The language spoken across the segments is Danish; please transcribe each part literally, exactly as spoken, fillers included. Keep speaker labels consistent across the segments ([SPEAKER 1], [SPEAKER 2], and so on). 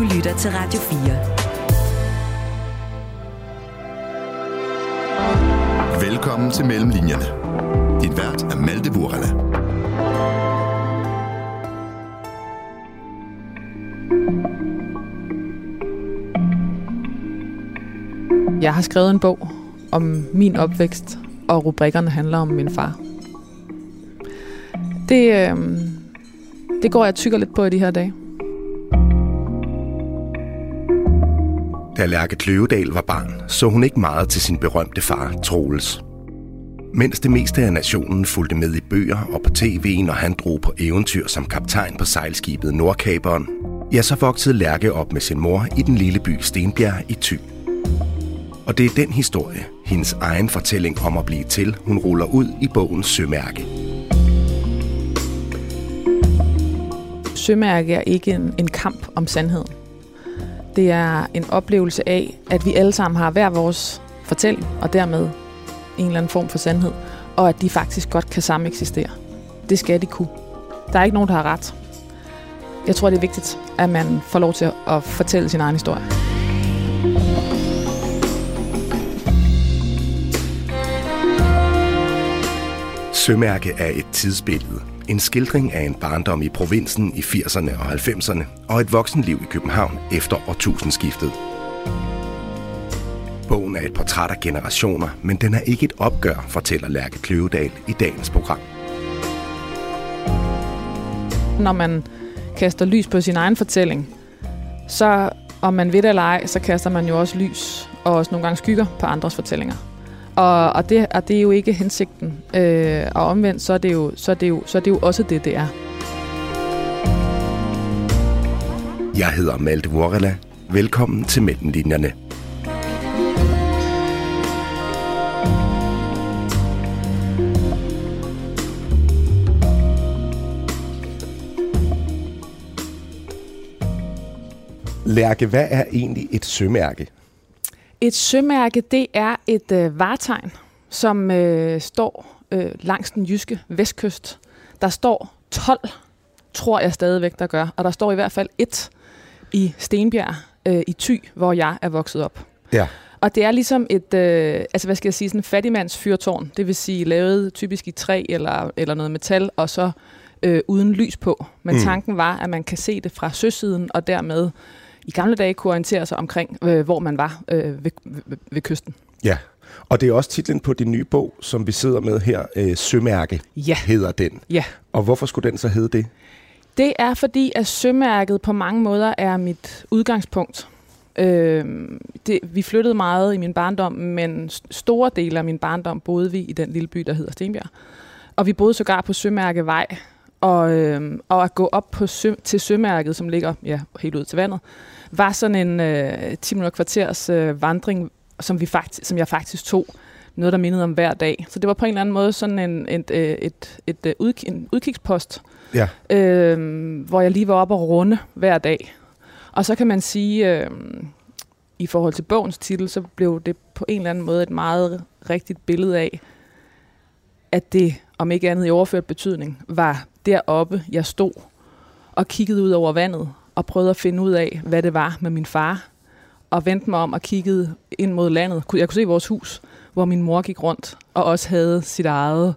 [SPEAKER 1] Du lytter til Radio fire.
[SPEAKER 2] Velkommen til Mellemlinjerne. Din vært er Malte Burala.
[SPEAKER 3] Jeg har skrevet en bog om min opvækst, og rubrikkerne handler om min far. Det, øh, det går jeg tykker lidt på i de her dage.
[SPEAKER 4] Da Lærke Kløvedal var barn, så hun ikke meget til sin berømte far, Troels. Mens det meste af nationen fulgte med i bøger og på tv, når han drog på eventyr som kaptajn på sejlskibet Nordkaperen, ja, så voksede Lærke op med sin mor i den lille by Stenbjerg i Thy. Og det er den historie, hendes egen fortælling om at blive til, hun ruller ud i bogen Sømærke.
[SPEAKER 3] Sømærke er ikke en, en kamp om sandheden. Det er en oplevelse af, at vi alle sammen har hver vores fortælling, og dermed en eller anden form for sandhed, og at de faktisk godt kan sameksistere. Det skal de kunne. Der er ikke nogen, der har ret. Jeg tror, det er vigtigt, at man får lov til at fortælle sin egen historie.
[SPEAKER 4] Sømærke er et tidsbillede. En skildring af en barndom i provinsen i firserne og halvfemserne og et voksenliv i København efter årtusindskiftet. Bogen er et portræt af generationer, men den er ikke et opgør, fortæller Lærke Kløvedal i dagens program.
[SPEAKER 3] Når man kaster lys på sin egen fortælling, så om man ved det eller ej, så kaster man jo også lys og også nogle gange skygger på andres fortællinger. Og, og, det, og det er jo ikke hensigten. Øh, og omvendt, så er, det jo, så, er det jo, så er det jo også det, det er.
[SPEAKER 4] Jeg hedder Malte Burala. Velkommen til Mellemlinjerne. Lærke, hvad er egentlig et sømærke?
[SPEAKER 3] Et sømærke, det er et øh, vartegn, som øh, står øh, langs den jyske vestkyst. Der står tolv, tror jeg stadigvæk, der gør. Og der står i hvert fald et i Stenbjerg øh, i Thy, hvor jeg er vokset op.
[SPEAKER 4] Ja. Og
[SPEAKER 3] det er ligesom et, øh, altså hvad skal jeg sige, sådan en fattigmands fyrtårn. Det vil sige lavet typisk i træ eller, eller noget metal, og så øh, uden lys på. Men mm. tanken var, at man kan se det fra søsiden, og dermed i gamle dage kunne orientere sig omkring, øh, hvor man var øh, ved, ved, ved kysten.
[SPEAKER 4] Ja, og det er også titlen på din nye bog, som vi sidder med her, øh, Sømærke,
[SPEAKER 3] ja.
[SPEAKER 4] hedder den.
[SPEAKER 3] Ja.
[SPEAKER 4] Og hvorfor skulle den så hedde det?
[SPEAKER 3] Det er fordi, at sømærket på mange måder er mit udgangspunkt. Øh, det, vi flyttede meget i min barndom, men store dele af min barndom boede vi i den lille by, der hedder Stenbjerg. Og vi boede sågar på Sømærkevej. Og, øh, og at gå op på sø, til Sømærket, som ligger ja, helt ud til vandet, var sådan en øh, ti minutter kvarters øh, vandring, som, vi faktisk, som jeg faktisk tog. Noget, der mindede om hver dag. Så det var på en eller anden måde sådan en, et, et, et, et ud, en udkigspost,
[SPEAKER 4] ja.
[SPEAKER 3] øh, hvor jeg lige var oppe og runde hver dag. Og så kan man sige, øh, i forhold til bogens titel, så blev det på en eller anden måde et meget rigtigt billede af, at det, om ikke andet i overført betydning, var deroppe, jeg stod og kiggede ud over vandet og prøvede at finde ud af, hvad det var med min far, og vendte mig om og kiggede ind mod landet. Jeg kunne se vores hus, hvor min mor gik rundt og også havde sit eget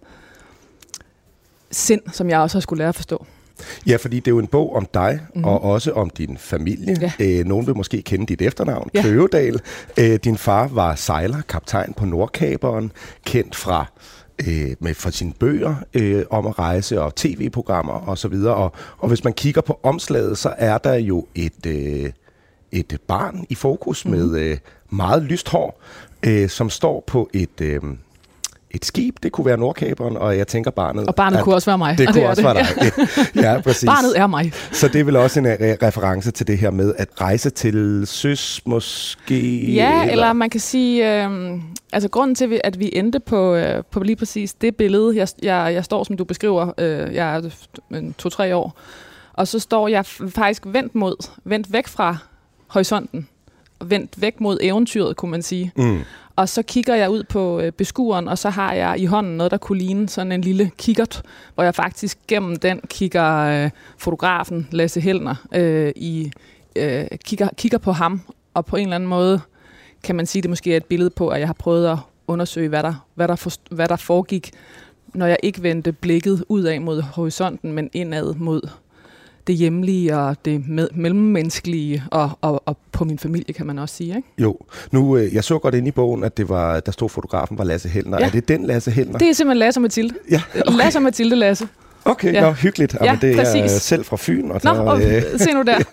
[SPEAKER 3] sind, som jeg også har skulle lære at forstå.
[SPEAKER 4] Ja, fordi det er jo en bog om dig, mm-hmm. og også om din familie.
[SPEAKER 3] Ja.
[SPEAKER 4] Æ, nogen vil måske kende dit efternavn,
[SPEAKER 3] ja.
[SPEAKER 4] Kløvedal. Æ, din far var sejler, kaptajn på Nordkaperen, kendt fra øh, med fra sine bøger øh, om at rejse og tv-programmer og så videre. Og, og hvis man kigger på omslaget, så er der jo et, øh, et barn i fokus mm-hmm. med øh, meget lyst hår, øh, som står på et... Øh, et skib, det kunne være Nordkaperen, og jeg tænker barnet...
[SPEAKER 3] Og barnet
[SPEAKER 4] at,
[SPEAKER 3] kunne også være mig.
[SPEAKER 4] Det
[SPEAKER 3] og
[SPEAKER 4] kunne
[SPEAKER 3] det
[SPEAKER 4] også
[SPEAKER 3] det.
[SPEAKER 4] være dig. Ja, præcis.
[SPEAKER 3] Barnet er mig.
[SPEAKER 4] Så det er vel også en re- reference til det her med at rejse til søs, måske...
[SPEAKER 3] Ja, eller, eller man kan sige... Øh, altså grunden til, at vi endte på, øh, på lige præcis det billede, jeg, jeg, jeg står, som du beskriver, øh, jeg er to-tre år, og så står jeg faktisk vendt mod, vendt væk fra horisonten, vendt væk mod eventyret, kunne man sige. Mm. Og så kigger jeg ud på øh, beskueren, og så har jeg i hånden noget, der kunne ligne sådan en lille kikkert, hvor jeg faktisk gennem den kigger øh, fotografen Lasse Hellner øh, i, øh, kigger, kigger på ham, og på en eller anden måde kan man sige, det måske er et billede på, at jeg har prøvet at undersøge, hvad der, hvad der, for, hvad der foregik, når jeg ikke vendte blikket ud af mod horisonten, men indad mod det hjemlige og det med, mellemmenneskelige, og, og, og på min familie, kan man også sige, ikke?
[SPEAKER 4] Jo. Nu, øh, jeg så godt ind i bogen, at det var, der stod fotografen var Lasse Hellner. Ja. Er det den Lasse Hellner?
[SPEAKER 3] Det er simpelthen Lasse og Mathilde.
[SPEAKER 4] Ja, okay.
[SPEAKER 3] Lasse og Mathilde Lasse.
[SPEAKER 4] Okay, ja. Nå, hyggeligt.
[SPEAKER 3] Ja,
[SPEAKER 4] Jamen, det er
[SPEAKER 3] præcis.
[SPEAKER 4] selv fra Fyn. Og
[SPEAKER 3] Nå,
[SPEAKER 4] så,
[SPEAKER 3] og,
[SPEAKER 4] øh,
[SPEAKER 3] se nu der.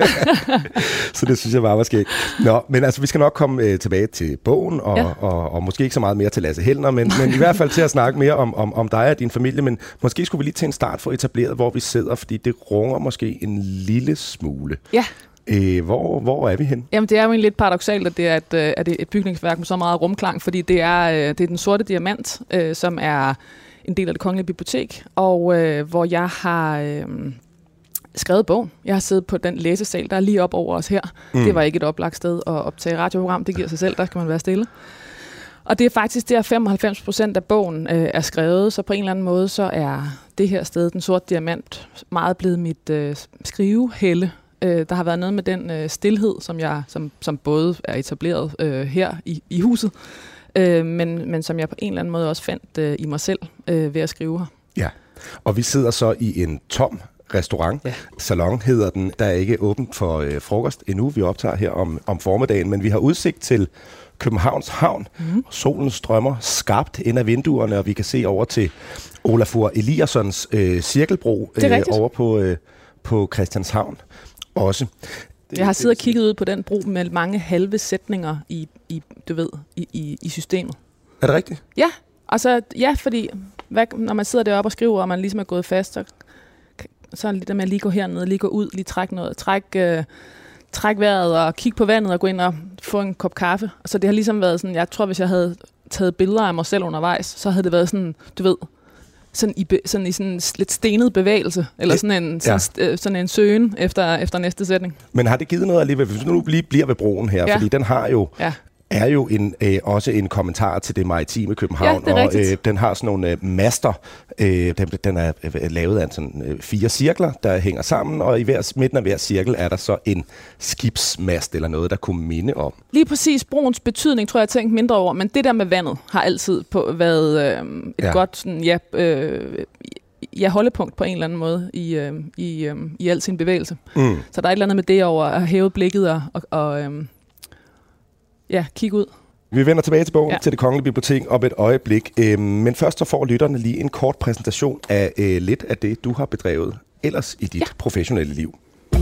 [SPEAKER 4] så det synes jeg bare var skægt. Nå, men altså, vi skal nok komme øh, tilbage til bogen, og, ja. og, og, og måske ikke så meget mere til Lasse Hellner, men, men i hvert fald til at snakke mere om, om, om dig og din familie. Men måske skulle vi lige til en start for etableret, hvor vi sidder, fordi det runger måske en lille smule.
[SPEAKER 3] Ja.
[SPEAKER 4] Øh, hvor, hvor er vi hen?
[SPEAKER 3] Jamen, det er jo egentlig lidt paradoksalt, at det er et, at det er et bygningsværk med så meget rumklang, fordi det er, det er den sorte diamant, øh, som er en del af det Kongelige Bibliotek, og øh, hvor jeg har øh, skrevet bogen. Jeg har siddet på den læsesal, der er lige op over os her. Mm. Det var ikke et oplagt sted at optage radioprogram, det giver sig selv, der skal man være stille. Og det er faktisk der femoghalvfems procent af bogen øh, er skrevet, så på en eller anden måde, så er det her sted, den sorte diamant, meget blevet mit øh, skrivehelle. Øh, der har været noget med den øh, stilhed, som, jeg, som, som både er etableret øh, her i, i huset, Øh, men, men som jeg på en eller anden måde også fandt øh, i mig selv øh, ved at skrive her.
[SPEAKER 4] Ja, og vi sidder så i en tom restaurant. Ja. Salon hedder den. Der er ikke åbent for øh, frokost endnu. Vi optager her om, om formiddagen, men vi har udsigt til Københavns Havn. Mm. Solen strømmer skarpt ind af vinduerne, og vi kan se over til Olafur Eliassons øh, cirkelbro øh, over på, øh, på Christianshavn også.
[SPEAKER 3] Jeg har siddet og kigget ud på den bro med mange halve sætninger i, i du ved, i, i, i systemet.
[SPEAKER 4] Er det rigtigt?
[SPEAKER 3] Ja, altså, ja, fordi hvad, når man sidder deroppe og skriver, og man ligesom er gået fast, så, så er det der med at lige gå hernede, lige gå ud, lige trække noget, trække, øh, trække vejret og kigge på vandet og gå ind og få en kop kaffe. Så det har ligesom været sådan, jeg tror, hvis jeg havde taget billeder af mig selv undervejs, så havde det været sådan, du ved, sådan i, be, sådan i sådan en lidt stenet bevægelse, eller sådan en, sådan, ja. sådan en søgen efter, efter næste sætning.
[SPEAKER 4] Men har det givet noget alligevel, hvis du nu lige bliver ved broen her, ja. Fordi den har jo... Ja. er jo en, øh, også en kommentar til det maritime København,
[SPEAKER 3] ja,
[SPEAKER 4] og øh, den har sådan nogle øh, master. Øh, den, den er øh, lavet af sådan øh, fire cirkler, der hænger sammen, og i hver, midten af hver cirkel er der så en skibsmast eller noget, der kunne minde om.
[SPEAKER 3] Lige præcis broens betydning, tror jeg, jeg har tænkt mindre over, men det der med vandet har altid på, været øh, et ja. godt sådan, ja, øh, ja, holdepunkt på en eller anden måde i, øh, i, øh, i al sin bevægelse. Mm. Så der er et eller andet med det over at hæve blikket og... og, og øh, ja, kig ud.
[SPEAKER 4] Vi vender tilbage til bogen, ja. Til Det Kongelige Bibliotek om et øjeblik. Men først så får lytterne lige en kort præsentation af øh, lidt af det, du har bedrevet ellers i dit ja. professionelle liv.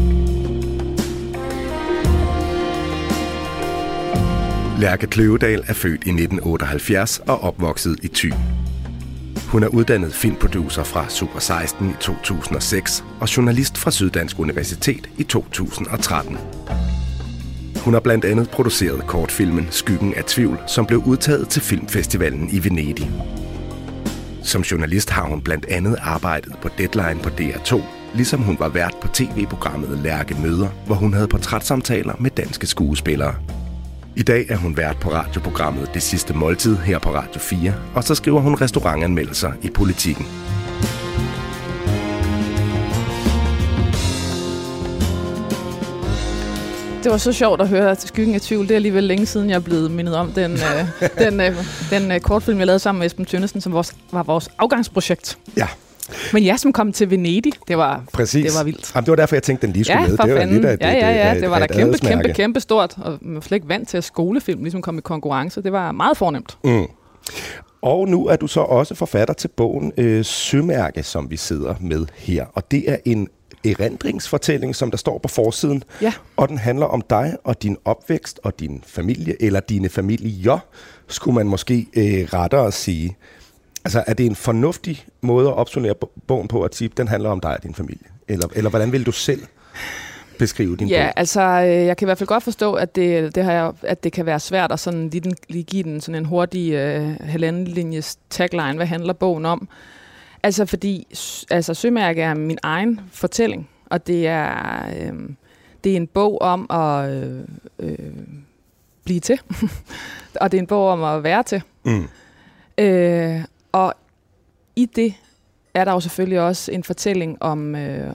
[SPEAKER 2] Lærke Kløvedal er født i nitten otteoghalvfjerds og opvokset i Thy. Hun er uddannet filmproducer fra Super seksten i to tusind og seks og journalist fra Syddansk Universitet i to tusind og tretten. Hun har blandt andet produceret kortfilmen Skyggen af tvivl, som blev udtaget til filmfestivalen i Venedig. Som journalist har hun blandt andet arbejdet på Deadline på D R to, ligesom hun var vært på tv-programmet Lærke Møder, hvor hun havde portrætsamtaler med danske skuespillere. I dag er hun vært på radioprogrammet Det Sidste Måltid her på Radio fire, og så skriver hun restaurantanmeldelser i Politikken.
[SPEAKER 3] Det var så sjovt at høre Skyggen af tvivl. Det er alligevel længe siden, jeg er blevet mindet om den, øh, den, øh, den øh, kortfilm, jeg lavede sammen med Esben Tønnesen, som vores, var vores afgangsprojekt.
[SPEAKER 4] Ja.
[SPEAKER 3] Men jeg som kom til Venedig, det var,
[SPEAKER 4] Præcis.
[SPEAKER 3] Det var vildt.
[SPEAKER 4] Jamen, det var derfor, jeg tænkte, den lige skulle
[SPEAKER 3] ja,
[SPEAKER 4] med.
[SPEAKER 3] Det
[SPEAKER 4] var
[SPEAKER 3] lidt af, ja, ja, ja.
[SPEAKER 4] Det,
[SPEAKER 3] det var da kæmpe, kæmpe, kæmpe stort. Og man var slet ikke vant til, at skolefilm ligesom kom i konkurrence. Det var meget fornemt.
[SPEAKER 4] Mm. Og nu er du så også forfatter til bogen øh, Sømærke, som vi sidder med her. Og det er en erindringsfortælling, som der står på forsiden.
[SPEAKER 3] Ja.
[SPEAKER 4] Og den handler om dig og din opvækst og din familie, eller dine familier, skulle man måske øh, rettere sige. Altså, er det en fornuftig måde at opsummere bogen på, at sige, den handler om dig og din familie? Eller, eller hvordan vil du selv beskrive din
[SPEAKER 3] ja,
[SPEAKER 4] bog?
[SPEAKER 3] Ja, altså, jeg kan i hvert fald godt forstå, at det, det, har jeg, at det kan være svært at sådan lige, lige give den sådan en hurtig øh, halvanden linjes tagline. Hvad handler bogen om? Altså, fordi altså, Sømærke er min egen fortælling, og det er, øh, det er en bog om at øh, øh, blive til, og det er en bog om at være til. Mm. Øh, og i det er der jo selvfølgelig også en fortælling om, øh,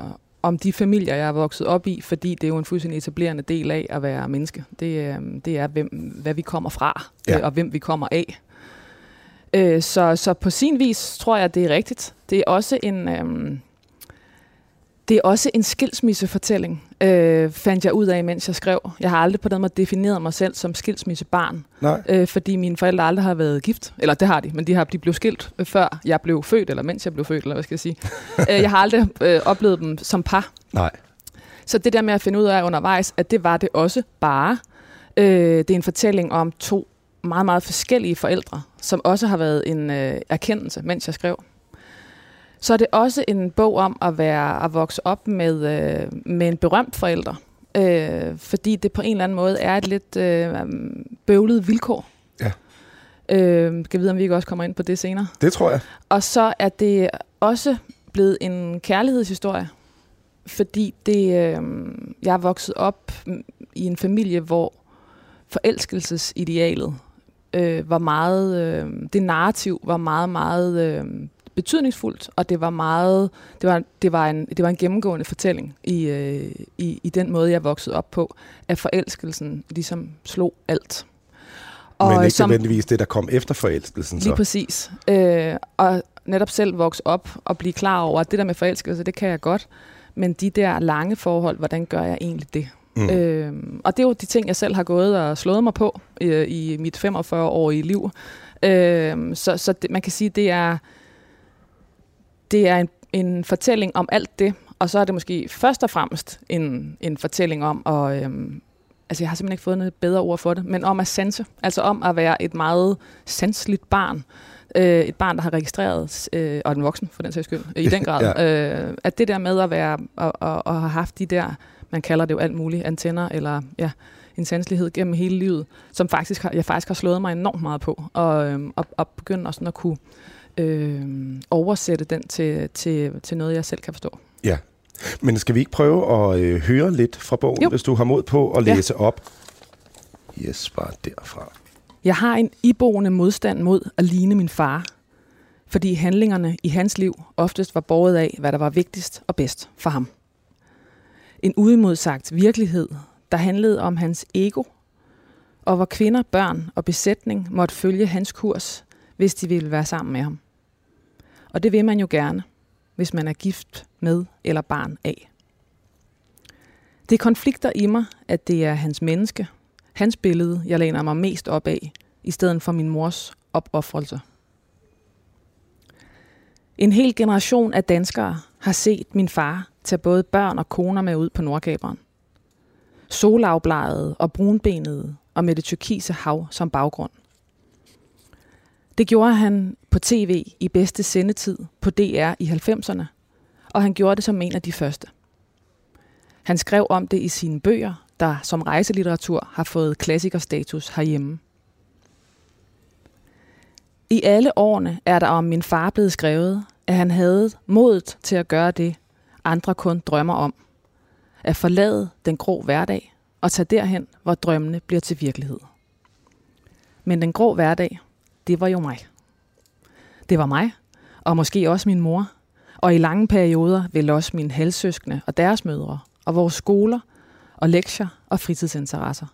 [SPEAKER 3] om de familier, jeg er vokset op i, fordi det er jo en fuldstændig etablerende del af at være menneske. Det, øh, det er, hvem, hvad vi kommer fra, ja. øh, og hvem vi kommer af. Øh, så, så på sin vis tror jeg, det er rigtigt. Det er også en... Øh, Det er også en skilsmissefortælling, øh, fandt jeg ud af, mens jeg skrev. Jeg har aldrig på den måde defineret mig selv som skilsmissebarn, øh, fordi mine forældre aldrig har været gift. Eller det har de, men de har de blev skilt øh, før jeg blev født, eller mens jeg blev født, eller hvad skal jeg sige. øh, jeg har aldrig øh, oplevet dem som par.
[SPEAKER 4] Nej.
[SPEAKER 3] Så det der med at finde ud af undervejs, at det var det også bare. Øh, det er en fortælling om to meget, meget forskellige forældre, som også har været en øh, erkendelse, mens jeg skrev. Så er det også en bog om at være at vokse op med, øh, med en berømt forælder. Øh, fordi det på en eller anden måde er et lidt øh, bøvlet vilkår.
[SPEAKER 4] Ja.
[SPEAKER 3] Øh, skal vide, om vi ikke også kommer ind på det senere.
[SPEAKER 4] Det tror jeg.
[SPEAKER 3] Og så er det også blevet en kærlighedshistorie. Fordi det, øh, jeg er vokset op i en familie, hvor forelskelsesidealet øh, var meget... Øh, det narrativ var meget, meget... Øh, betydningsfuldt, og det var meget, det var, det var en, det var en gennemgående fortælling i, øh, i, i den måde, jeg voksede op på, at forelskelsen ligesom slog alt.
[SPEAKER 4] Og men ikke som, nødvendigvis det, der kom efter forelskelsen.
[SPEAKER 3] Lige
[SPEAKER 4] så.
[SPEAKER 3] præcis. Øh, og netop selv vokse op og blive klar over, at det der med forelskelse, det kan jeg godt, men de der lange forhold, hvordan gør jeg egentlig det? Mm. Øh, og det er jo de ting, jeg selv har gået og slået mig på øh, i mit femogfyrre-årige liv. Øh, så så det, man kan sige, det er Det er en, en fortælling om alt det, og så er det måske først og fremmest en, en fortælling om, og øhm, altså jeg har simpelthen ikke fået noget bedre ord for det, men om at sanse, altså om at være et meget sanseligt barn, øh, et barn, der har registreret, øh, og en voksen for den sags skyld, i den grad, ja. øh, at det der med at være, og, og, og have haft de der, man kalder det jo alt muligt, antenner, eller ja, en sanselighed gennem hele livet, som faktisk har, jeg faktisk har slået mig enormt meget på, og, øhm, og, og begynde også at kunne Øh, oversætte den til, til, til noget, jeg selv kan forstå.
[SPEAKER 4] Ja, men skal vi ikke prøve at øh, høre lidt fra bogen, jo. Hvis du har mod på at læse ja. op? Yes, bare derfra.
[SPEAKER 3] Jeg har en iboende modstand mod at ligne min far, fordi handlingerne i hans liv oftest var båret af, hvad der var vigtigst og bedst for ham. En uimodsagt virkelighed, der handlede om hans ego, og hvor kvinder, børn og besætning måtte følge hans kurs, hvis de ville være sammen med ham. Og det vil man jo gerne, hvis man er gift med eller barn af. Det konflikter i mig, at det er hans menneske, hans billede, jeg læner mig mest op af, i stedet for min mors opoffrelse. En hel generation af danskere har set min far tage både børn og koner med ud på Nordkaperen. Solafbladede og brunbenede og med det tyrkise hav som baggrund. Det gjorde han på tv i bedste sendetid på D R i halvfemserne, og han gjorde det som en af de første. Han skrev om det i sine bøger, der som rejselitteratur har fået klassikerstatus herhjemme. I alle årene er der om min far blevet skrevet, at han havde modet til at gøre det, andre kun drømmer om. At forlade den grå hverdag og tage derhen, hvor drømmene bliver til virkelighed. Men den grå hverdag, det var jo mig. Det var mig, og måske også min mor, og i lange perioder vel også mine halvsøskende og deres mødre, og vores skoler, og lektier og fritidsinteresser.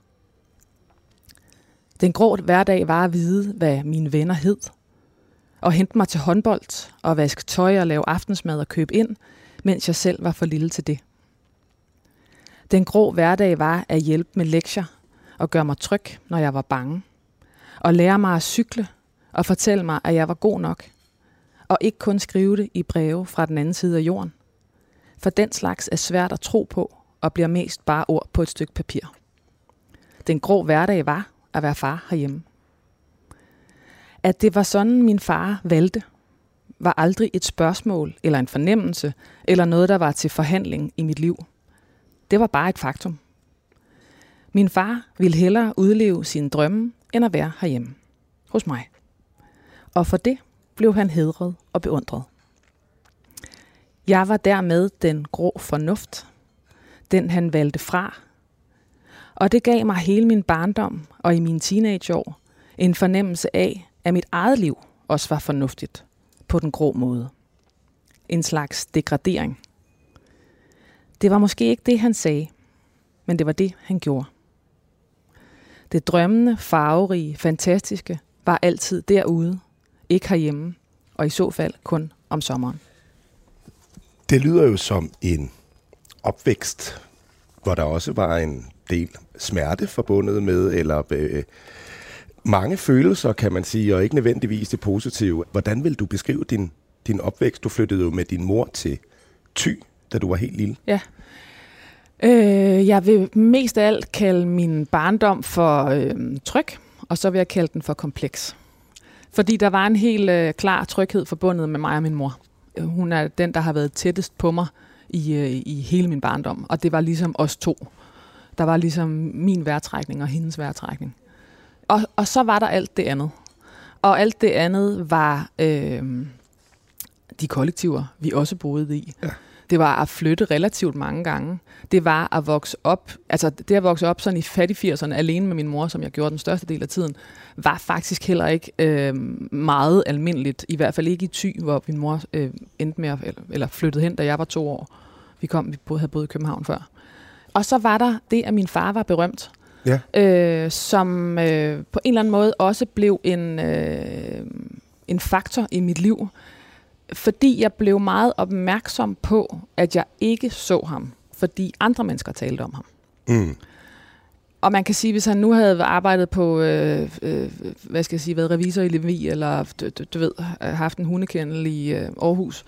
[SPEAKER 3] Den grå hverdag var at vide, hvad mine venner hed, og hente mig til håndbold, og vaske tøj og lave aftensmad og købe ind, mens jeg selv var for lille til det. Den grå hverdag var at hjælpe med lektier, og gøre mig tryg, når jeg var bange, og lære mig at cykle, og fortælle mig, at jeg var god nok, og ikke kun skrive det i breve fra den anden side af jorden. For den slags er svært at tro på, og bliver mest bare ord på et stykke papir. Den grå hverdag var at være far herhjemme. At det var sådan, min far valgte, var aldrig et spørgsmål, eller en fornemmelse, eller noget, der var til forhandling i mit liv. Det var bare et faktum. Min far ville hellere udleve sine drømme, end at være herhjemme hos mig. Og for det blev han hædret og beundret. Jeg var dermed den grå fornuft, den han valgte fra. Og det gav mig hele min barndom og i mine teenageår en fornemmelse af, at mit eget liv også var fornuftigt på den grå måde. En slags degradering. Det var måske ikke det, han sagde, men det var det, han gjorde. Det drømmende, farverige, fantastiske var altid derude, ikke herhjemme, og i så fald kun om sommeren.
[SPEAKER 2] Det lyder jo som en opvækst, hvor der også var en del smerte forbundet med, eller øh, mange følelser, kan man sige, og ikke nødvendigvis det positive. Hvordan vil du beskrive din, din opvækst? Du flyttede jo med din mor til Thy, da du var helt lille.
[SPEAKER 3] Ja. Øh, jeg vil mest af alt kalde min barndom for øh, tryg, og så vil jeg kalde den for kompleks. Fordi der var en helt øh, klar tryghed forbundet med mig og min mor. Hun er den, der har været tættest på mig i, øh, i hele min barndom, og det var ligesom os to. Der var ligesom min vejrtrækning og hendes vejrtrækning. Og, og så var der alt det andet. Og alt det andet var øh, de kollektiver, vi også boede i. Ja. Det var at flytte relativt mange gange. Det var at vokse op, altså det at vokse op sådan i fattigfirserne alene med min mor, som jeg gjorde den største del af tiden, var faktisk heller ikke øh, meget almindeligt. I hvert fald ikke i Thy, hvor min mor øh, endte med at, eller, eller flyttede hen, da jeg var to år. Vi kom, vi boede, havde boet i København før. Og så var der det, at min far var berømt, ja. øh, som øh, på en eller anden måde også blev en, øh, en faktor i mit liv. Fordi jeg blev meget opmærksom på, at jeg ikke så ham, fordi andre mennesker talte om ham. Mm. Og man kan sige, hvis han nu havde arbejdet på, øh, øh, hvad skal jeg sige, været revisor i Levi, eller du, du, du ved, haft en hundekendel i øh, Aarhus,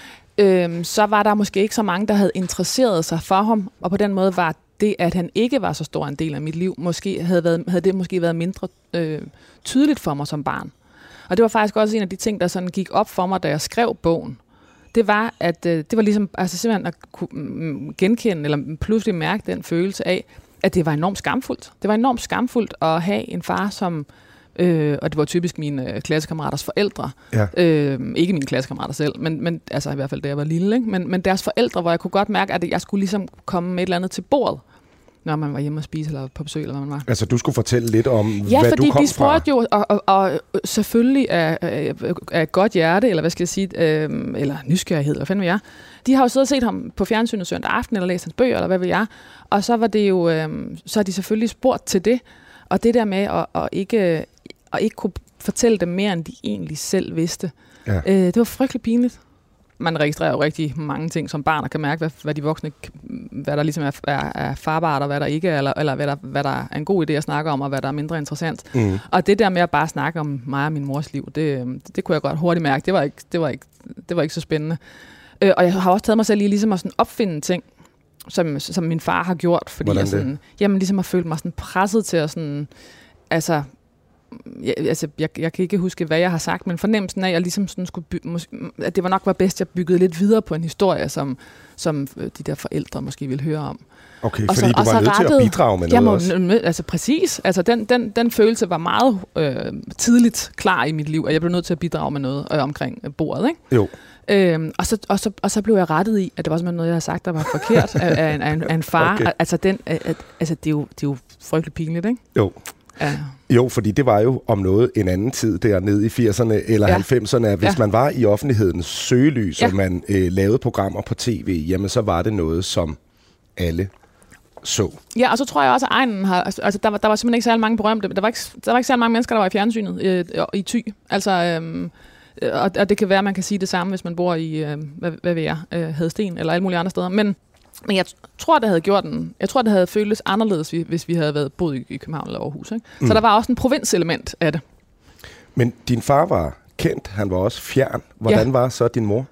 [SPEAKER 3] øh, så var der måske ikke så mange, der havde interesseret sig for ham, og på den måde var det, at han ikke var så stor en del af mit liv, måske havde, været, havde det måske været mindre øh, tydeligt for mig som barn. Og det var faktisk også en af de ting, der sådan gik op for mig, da jeg skrev bogen. Det var, at øh, det var ligesom altså simpelthen at kunne genkende, eller pludselig mærke den følelse af, at det var enormt skamfuldt. Det var enormt skamfuldt at have en far, som, øh, og det var typisk mine øh, klassekammeraters forældre. Ja. Øh, ikke mine klassekammerater selv, men, men altså i hvert fald da jeg var lille, ikke? Men, men deres forældre, hvor jeg kunne godt mærke, at jeg skulle ligesom komme med et eller andet til bordet, når man var hjemme og spise, eller på besøg, eller hvad man var. Altså,
[SPEAKER 2] du skulle fortælle lidt om,
[SPEAKER 3] ja,
[SPEAKER 2] hvad du kom fra. Ja, fordi
[SPEAKER 3] de spurgte jo, og, og, og selvfølgelig af, af, af et godt hjerte, eller hvad skal jeg sige, øh, eller nysgerrighed, eller hvad fanden vil jeg. De har jo siddet og set ham på fjernsynet søndag aften, eller læst hans bøger, eller hvad vil jeg. Og så var det jo, øh, så har de selvfølgelig spurgt til det. Og det der med at, at, ikke, at ikke kunne fortælle dem mere, end de egentlig selv vidste. Ja. Øh, det var frygtelig pinligt. Man registrerer jo rigtig mange ting som barn, og kan mærke, hvad, hvad de voksne, hvad der ligesom er, er, er farbart, og hvad der ikke er, eller, eller hvad, der, hvad der er en god idé at snakke om, og hvad der er mindre interessant. Mm. Og det der med at bare snakke om mig og min mors liv, det, det kunne jeg godt hurtigt mærke. Det var ikke, det var ikke, det var ikke så spændende. Øh, og jeg har også taget mig selv i ligesom at sådan opfinde ting, som, som min far har gjort, fordi jeg sådan, jamen ligesom har følt mig sådan presset til at sådan, altså, Jeg, altså, jeg, jeg kan ikke huske, hvad jeg har sagt, men fornemmelsen af, at jeg ligesom sådan skulle by- måske, at det var nok var bedst, at jeg byggede lidt videre på en historie, som, som de der forældre måske ville høre om.
[SPEAKER 2] Okay, og fordi så, du var nødt rettede, til at bidrage med noget
[SPEAKER 3] må,
[SPEAKER 2] også.
[SPEAKER 3] Altså præcis. Altså, den, den, den følelse var meget øh, tidligt klar i mit liv, at jeg blev nødt til at bidrage med noget øh, omkring bordet, ikke?
[SPEAKER 2] Jo.
[SPEAKER 3] Øhm, og, så, og, så, og så blev jeg rettet i, at det var simpelthen noget, jeg havde sagt, der var forkert af, af, en, af, en, af en far. Okay. Altså, den, at, altså det, er jo, det er jo frygteligt pinligt, ikke?
[SPEAKER 2] Jo. Ja. Jo, fordi det var jo om noget en anden tid dernede i firserne eller ja. halvfemserne, at hvis ja. man var i offentlighedens søgelys, ja. og man øh, lavede programmer på tv, jamen så var det noget, som alle så.
[SPEAKER 3] Ja, og så tror jeg også, at egnen har, altså der var, der var simpelthen ikke særlig mange berømte, der var ikke, der var ikke særlig mange mennesker, der var i fjernsynet øh, i Thy. Altså, øh, og, og det kan være, at man kan sige det samme, hvis man bor i, øh, hvad, hvad ved jeg, øh, Hadsten eller alle mulige andre steder, men Men jeg tror, det havde gjort den. Jeg tror, det havde føltes anderledes, hvis vi havde været boet i København eller Aarhus. Ikke? Mm. Så der var også en provinselement af det.
[SPEAKER 2] Men din far var kendt, han var også fjern. Hvordan ja. var så din mor?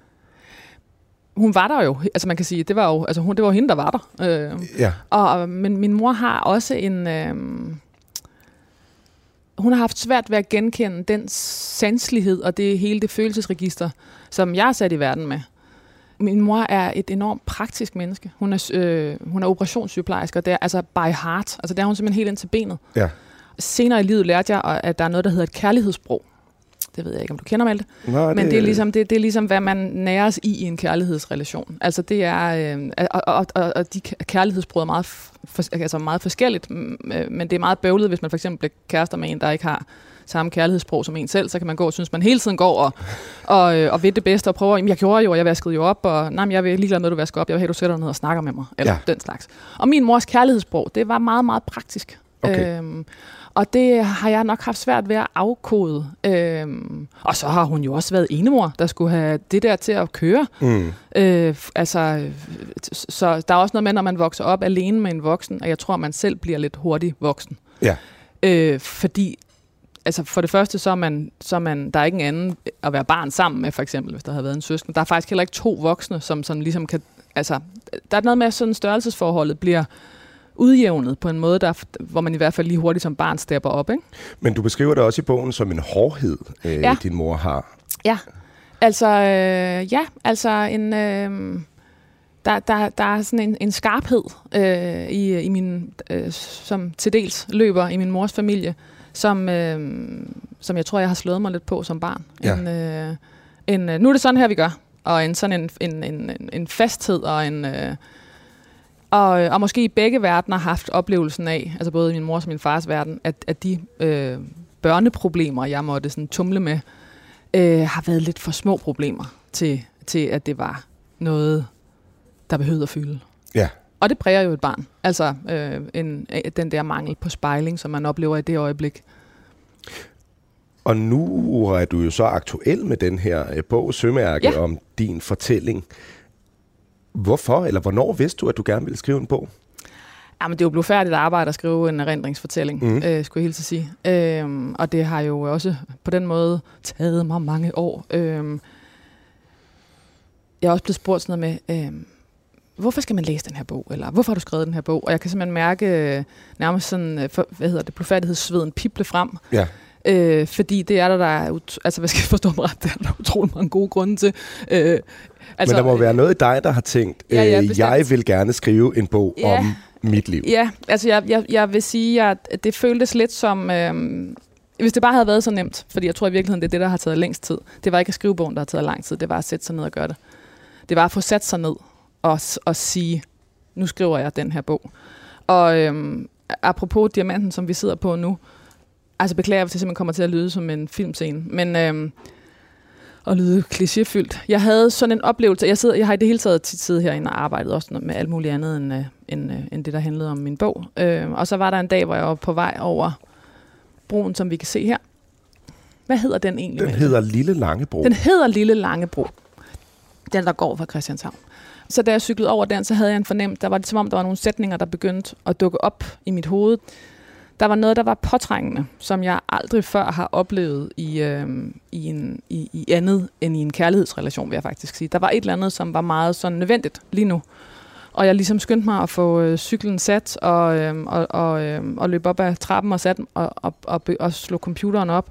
[SPEAKER 3] Hun var der jo. Altså man kan sige, det var jo, altså hun, det var hende, der var der. Øh, ja. Og men min mor har også en. Øh, hun har haft svært ved at genkende den sanselighed og det hele det følelsesregister, som jeg er sat i verden med. Min mor er et enormt praktisk menneske. Hun er, øh, hun er operationssygeplejerske, og det er altså by heart. Altså der er hun simpelthen helt ind til benet. Ja. Senere i livet lærte jeg, at der er noget, der hedder et kærlighedssprog. Det ved jeg ikke, om du kender, Malte.
[SPEAKER 2] Nå,
[SPEAKER 3] Men
[SPEAKER 2] det...
[SPEAKER 3] det er, ligesom, det, det er ligesom, hvad man næres i i en kærlighedsrelation. Altså det er, øh, og, og, og, og de kærlighedsbrud er meget, for, altså meget forskelligt, men det er meget bøvlet, hvis man for eksempel bliver kærester med en, der ikke har samme kærlighedssprog som en selv, så kan man gå og synes, man hele tiden går og, og, og ved det bedste og prøver, jamen jeg gjorde jo, og jeg vaskede jo op, og nej, men jeg vil ligeglad med, at du vasker op, jeg vil have, du sætter dig ned og snakker med mig, eller ja. den slags. Og min mors kærlighedssprog, det var meget, meget praktisk.
[SPEAKER 2] Okay.
[SPEAKER 3] Øhm, og det har jeg nok haft svært ved at afkode. Øhm, og så har hun jo også været enemor, der skulle have det der til at køre. Mm. Øh, altså, så der er også noget med, når man vokser op alene med en voksen, og jeg tror, man selv bliver lidt hurtigt voksen.
[SPEAKER 2] Ja.
[SPEAKER 3] Øh, fordi, altså for det første, så er, man, så er man, der er ikke en anden at være barn sammen med, for eksempel, hvis der havde været en søsken. Der er faktisk heller ikke to voksne, som sådan ligesom kan... Altså, der er noget med, at sådan størrelsesforholdet bliver udjævnet på en måde, der, hvor man i hvert fald lige hurtigt som barn stepper op, ikke?
[SPEAKER 2] Men du beskriver det også i bogen som en hårdhed, øh, ja. din mor har.
[SPEAKER 3] Ja, altså, øh, ja, altså en, øh, der, der, der er sådan en, en skarphed øh, i, i min, øh, som til dels løber i min mors familie, som, øh, som jeg tror, jeg har slået mig lidt på som barn.
[SPEAKER 2] Ja.
[SPEAKER 3] En, øh, en, øh, nu er det sådan her, vi gør, og en sådan en, en, en, en fasthed og en... Øh, Og, og måske i begge verdener har haft oplevelsen af, altså både i min mors og min fars verden, at, at de øh, børneproblemer, jeg måtte sådan tumle med, øh, har været lidt for små problemer til, til, at det var noget, der behøvede at fylde.
[SPEAKER 2] Ja.
[SPEAKER 3] Og det præger jo et barn. Altså øh, en, den der mangel på spejling, som man oplever i det øjeblik.
[SPEAKER 2] Og nu er du jo så aktuel med den her øh, bog, Sømærke, ja. om din fortælling. Hvorfor, eller hvornår vidste du, at du gerne ville skrive en bog?
[SPEAKER 3] Jamen, det er jo blevet færdigt arbejde at skrive en erindringsfortælling, mm. øh, skulle jeg helt sige. Øhm, og det har jo også på den måde taget mig mange år. Øhm, jeg er også blevet spurgt sådan noget med, øhm, hvorfor skal man læse den her bog? Eller hvorfor har du skrevet den her bog? Og jeg kan simpelthen mærke øh, nærmest sådan, for, hvad hedder det, blodfærdighedssveden pible frem. Ja. Øh, fordi det er der, der er, ut- altså hvad skal jeg forstå mig ret, det er der utrolig mange gode grunde til. Øh,
[SPEAKER 2] altså, Men der må være noget i dig, der har tænkt, øh, ja, ja, jeg vil gerne skrive en bog ja, om mit liv.
[SPEAKER 3] Ja, altså jeg, jeg, jeg vil sige, at det føltes lidt som, øh, hvis det bare havde været så nemt, fordi jeg tror i virkeligheden, det er det, der har taget længst tid. Det var ikke at skrive bogen, der har taget lang tid, det var at sætte sig ned og gøre det. Det var at få sat sig ned og, og sige, nu skriver jeg den her bog. Og øh, apropos diamanten, som vi sidder på nu, altså beklager, hvis det simpelthen kommer til at lyde som en filmscene, men øhm, og lyde klichéfyldt. Jeg havde sådan en oplevelse, jeg, sidder, jeg har i det hele taget tit siddet herinde og arbejdet også med alt muligt andet, end, øh, end, øh, end det, der handlede om min bog. Øh, og så var der en dag, hvor jeg var på vej over broen, som vi kan se her. Hvad hedder den egentlig?
[SPEAKER 2] Den hedder Lille Langebro.
[SPEAKER 3] Den hedder Lille Langebro. Den, der går fra Christianshavn. Så da jeg cyklede over den, så havde jeg en fornemmelse, der var det som om, der var nogle sætninger, der begyndte at dukke op i mit hoved. Der var noget, der var påtrængende, som jeg aldrig før har oplevet i, øh, i, en, i, i andet end i en kærlighedsrelation, vil jeg faktisk sige. Der var et eller andet, som var meget sådan nødvendigt lige nu. Og jeg ligesom skyndte mig at få øh, cyklen sat og, øh, og, og, øh, og løbe op ad trappen og, sat, og, og, og, og slå computeren op.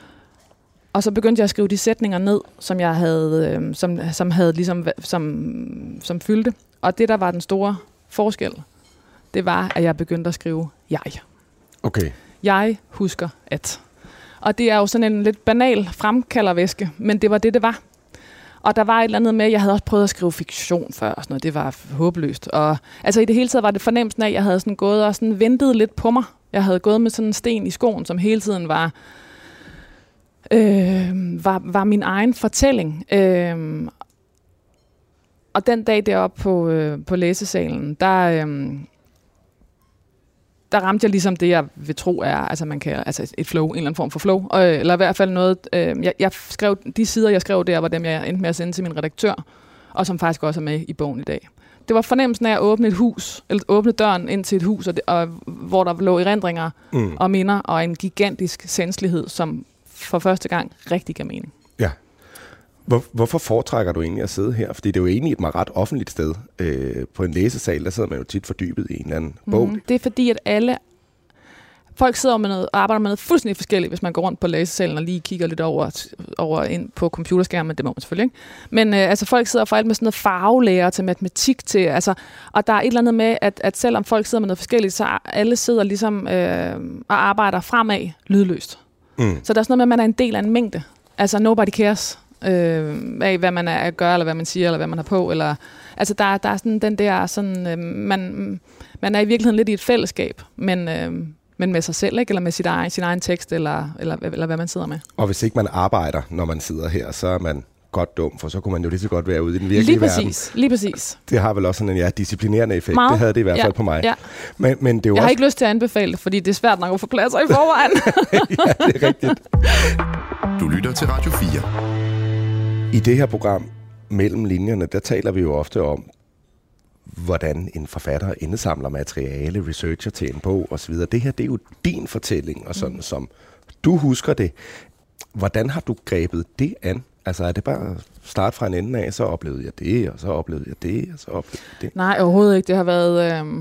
[SPEAKER 3] Og så begyndte jeg at skrive de sætninger ned, som jeg havde, øh, som, som havde ligesom, som, som fyldte. Og det, der var den store forskel, det var, at jeg begyndte at skrive jeg.
[SPEAKER 2] Okay.
[SPEAKER 3] Jeg husker at. Og det er jo sådan en lidt banal fremkaldervæske, men det var det, det var. Og der var et eller andet med, jeg havde også prøvet at skrive fiktion før, og sådan noget. Det var håbløst. Og altså i det hele taget var det fornemmelsen af, at jeg havde sådan gået og sådan ventet lidt på mig. Jeg havde gået med sådan en sten i skoen, som hele tiden var, øh, var, var min egen fortælling. Øh, og den dag deroppe på, øh, på læsesalen, der... Øh, der ramte jeg ligesom det, jeg vil tro er, altså man kan, altså et flow, en eller anden form for flow, øh, eller i hvert fald noget, øh, jeg, jeg skrev, de sider, jeg skrev der, var dem, jeg endte med at sende til min redaktør, og som faktisk også er med i bogen i dag. Det var fornemmelsen af at åbne et hus, eller åbne døren ind til et hus, og det, og, hvor der lå erindringer mm. og minder, og en gigantisk sanselighed, som for første gang rigtig gav mening.
[SPEAKER 2] Ja. Hvor, hvorfor foretrækker du egentlig at sidde her? Fordi det er jo egentlig et meget ret offentligt sted. Øh, på en læsesal, der sidder man jo tit fordybet i en eller anden bog.
[SPEAKER 3] Mm, det er fordi, at alle... Folk sidder med noget, og arbejder med noget fuldstændig forskelligt, hvis man går rundt på læsesalen og lige kigger lidt over, over ind på computerskærmen. Det må man selvfølgelig ikke. Men øh, altså, folk sidder for alt med sådan noget farvelærer til matematik til... Altså, og der er et eller andet med, at, at selvom folk sidder med noget forskelligt, så alle sidder ligesom øh, og arbejder fremad lydløst. Mm. Så der er sådan noget med, at man er en del af en mængde Altså, nobody cares øh, af, hvad man er at gøre, eller hvad man siger, eller hvad man har på. Eller, altså, der, der er sådan den der, sådan, øh, man, man er i virkeligheden lidt i et fællesskab, men, øh, men med sig selv, ikke? Eller med sit egen, sin egen tekst, eller, eller, eller hvad man sidder med.
[SPEAKER 2] Og hvis ikke man arbejder, når man sidder her, så er man godt dum, for så kunne man jo lige så godt være ude i den virkelige
[SPEAKER 3] lige præcis,
[SPEAKER 2] verden.
[SPEAKER 3] Lige præcis.
[SPEAKER 2] Det har vel også sådan en ja, disciplinerende effekt.
[SPEAKER 3] Meget.
[SPEAKER 2] Det havde det i hvert fald
[SPEAKER 3] ja.
[SPEAKER 2] på mig.
[SPEAKER 3] Ja.
[SPEAKER 2] Men, men det er jo
[SPEAKER 3] jeg
[SPEAKER 2] også...
[SPEAKER 3] har ikke lyst til at anbefale det, fordi det er svært nok at få pladser i forvejen.
[SPEAKER 2] Ja, det er rigtigt.
[SPEAKER 4] Du lytter til Radio fire.
[SPEAKER 2] I det her program, Mellem Linjerne, der taler vi jo ofte om, hvordan en forfatter indsamler materiale, researcher til en bog osv. Det her, det er jo din fortælling, og sådan mm. som du husker det. Hvordan har du grebet det an? Altså er det bare at starte fra en ende af, så oplevede jeg det, og så oplevede jeg det, og så oplevede jeg det?
[SPEAKER 3] Nej, overhovedet ikke. Det har været, øh,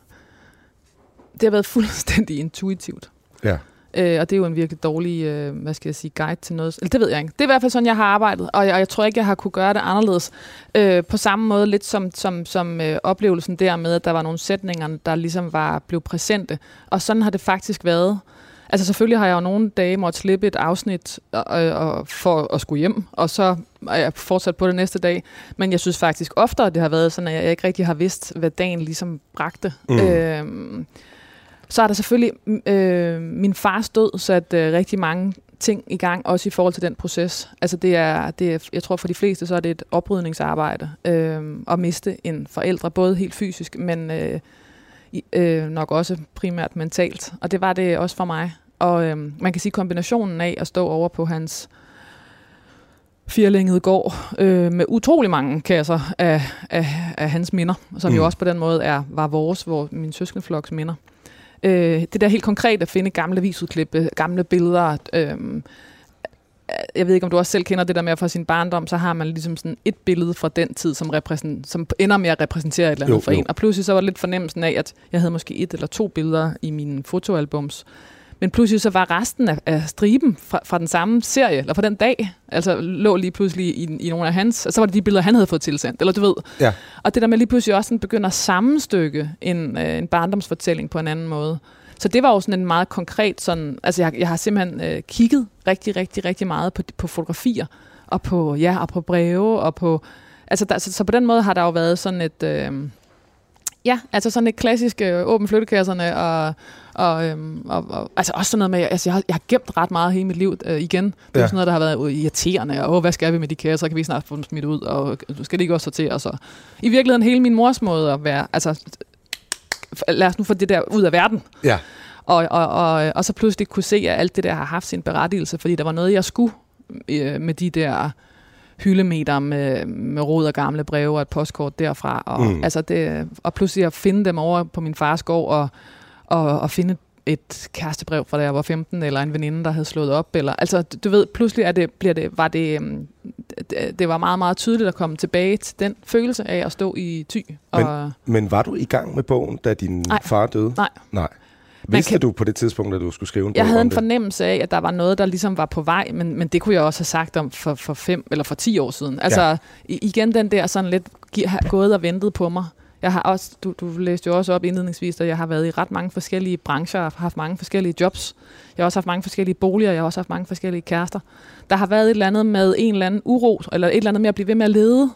[SPEAKER 3] det har været fuldstændig intuitivt.
[SPEAKER 2] Ja.
[SPEAKER 3] Øh, og det er jo en virkelig dårlig, øh, hvad skal jeg sige, guide til noget. Eller det ved jeg ikke. Det er i hvert fald sådan, jeg har arbejdet, og jeg, og jeg tror ikke, jeg har kunne gøre det anderledes. Øh, på samme måde lidt som, som, som øh, oplevelsen der med, at der var nogle sætninger, der ligesom var blevet præsente. Og sådan har det faktisk været. Altså selvfølgelig har jeg jo nogle dage måtte slippe et afsnit øh, øh, for at skulle hjem, og så er jeg fortsat på det næste dag. Men jeg synes faktisk oftere, det har været sådan, at jeg ikke rigtig har vidst, hvad dagen ligesom bragte. Mm. Øh, så er der selvfølgelig øh, min fars død sat øh, rigtig mange ting i gang, også i forhold til den proces. Altså det er, det er, jeg tror for de fleste, så er det et oprydningsarbejde øh, at miste en forældre, både helt fysisk, men øh, øh, nok også primært mentalt. Og det var det også for mig. Og øh, man kan sige kombinationen af at stå over på hans firlængede gård øh, med utrolig mange kasser af, af, af hans minder, som mm. jo også på den måde er, var vores, hvor min søskendefloks minder. Øh, det der helt konkret at finde gamle avisudklip, gamle billeder. Øh, jeg ved ikke, om du også selv kender det der med, fra sin barndom, så har man ligesom sådan et billede fra den tid, som, repræsent, som ender med at repræsentere et eller andet jo, for jo. en. Og pludselig så var det lidt fornemmelsen af, at jeg havde måske et eller to billeder i mine fotoalbums. Men pludselig så var resten af, af striben fra, fra den samme serie, eller fra den dag, altså lå lige pludselig i, i nogle af hans, og så var det de billeder, han havde fået tilsendt, eller du ved.
[SPEAKER 2] Ja.
[SPEAKER 3] Og det der med lige pludselig også sådan begynder at sammenstykke en, øh, en barndomsfortælling på en anden måde. Så det var jo sådan en meget konkret sådan, altså jeg, jeg har simpelthen øh, kigget rigtig, rigtig, rigtig meget på, på fotografier, og på, ja, og på breve, og på, altså der, så, så på den måde har der jo været sådan et, øh, ja, altså sådan et klassisk øh, åbent flyttekasserne, og Og, øhm, og, og altså også sådan noget med, altså jeg har, jeg har gemt ret meget hele mit liv øh, igen. Det er ja. sådan noget, der har været irriterende, og hvad skal vi med de kasser, kan vi snart få dem smidt ud, og skal det ikke også sortere sig. I virkeligheden hele min mors måde at være, altså lad os nu få det der ud af verden.
[SPEAKER 2] Ja.
[SPEAKER 3] Og, og, og, og så pludselig kunne se, at alt det der har haft sin berettigelse, fordi der var noget, jeg skulle øh, med de der hyldemeter med, med rod og gamle breve og et postkort derfra. Og, mm. altså det, og pludselig at finde dem over på min fars gård, og Og, og finde et kærestebrev fra da jeg var femten, eller en veninde, der havde slået op. Eller, altså, du ved, pludselig er det, bliver det, var det, det, det var meget, meget tydeligt at komme tilbage til den følelse af at stå i Thy.
[SPEAKER 2] Men,
[SPEAKER 3] og
[SPEAKER 2] men var du i gang med bogen, da din
[SPEAKER 3] nej,
[SPEAKER 2] far døde?
[SPEAKER 3] Nej.
[SPEAKER 2] Nej. Vidste kan, du på det tidspunkt, at du skulle skrive en bog?
[SPEAKER 3] Jeg havde en
[SPEAKER 2] det?
[SPEAKER 3] fornemmelse af, at der var noget, der ligesom var på vej, men, men det kunne jeg også have sagt om for, for fem eller for ti år siden. Altså ja. igen den der sådan lidt gået og ventet på mig. Jeg har også, du, du læste jo også op indledningsvis, at jeg har været i ret mange forskellige brancher, og har haft mange forskellige jobs. Jeg har også haft mange forskellige boliger, jeg har også haft mange forskellige kærester. Der har været et eller andet med en eller anden uro, eller et eller andet med at blive ved med at lede,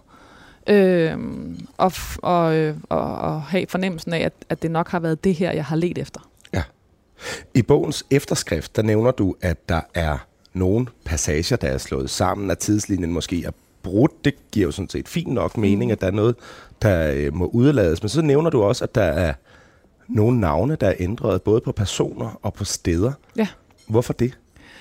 [SPEAKER 3] øh, og, og, og, og have fornemmelsen af, at, at det nok har været det her, jeg har ledt efter.
[SPEAKER 2] Ja. I bogens efterskrift, der nævner du, at der er nogle passager, der er slået sammen, at tidslinjen måske er brudt. Det giver jo sådan set fint nok mening, at der er noget, der øh, må udelades. Men så nævner du også, at der er nogle navne, der er ændret, både på personer og på steder.
[SPEAKER 3] Ja.
[SPEAKER 2] Hvorfor det?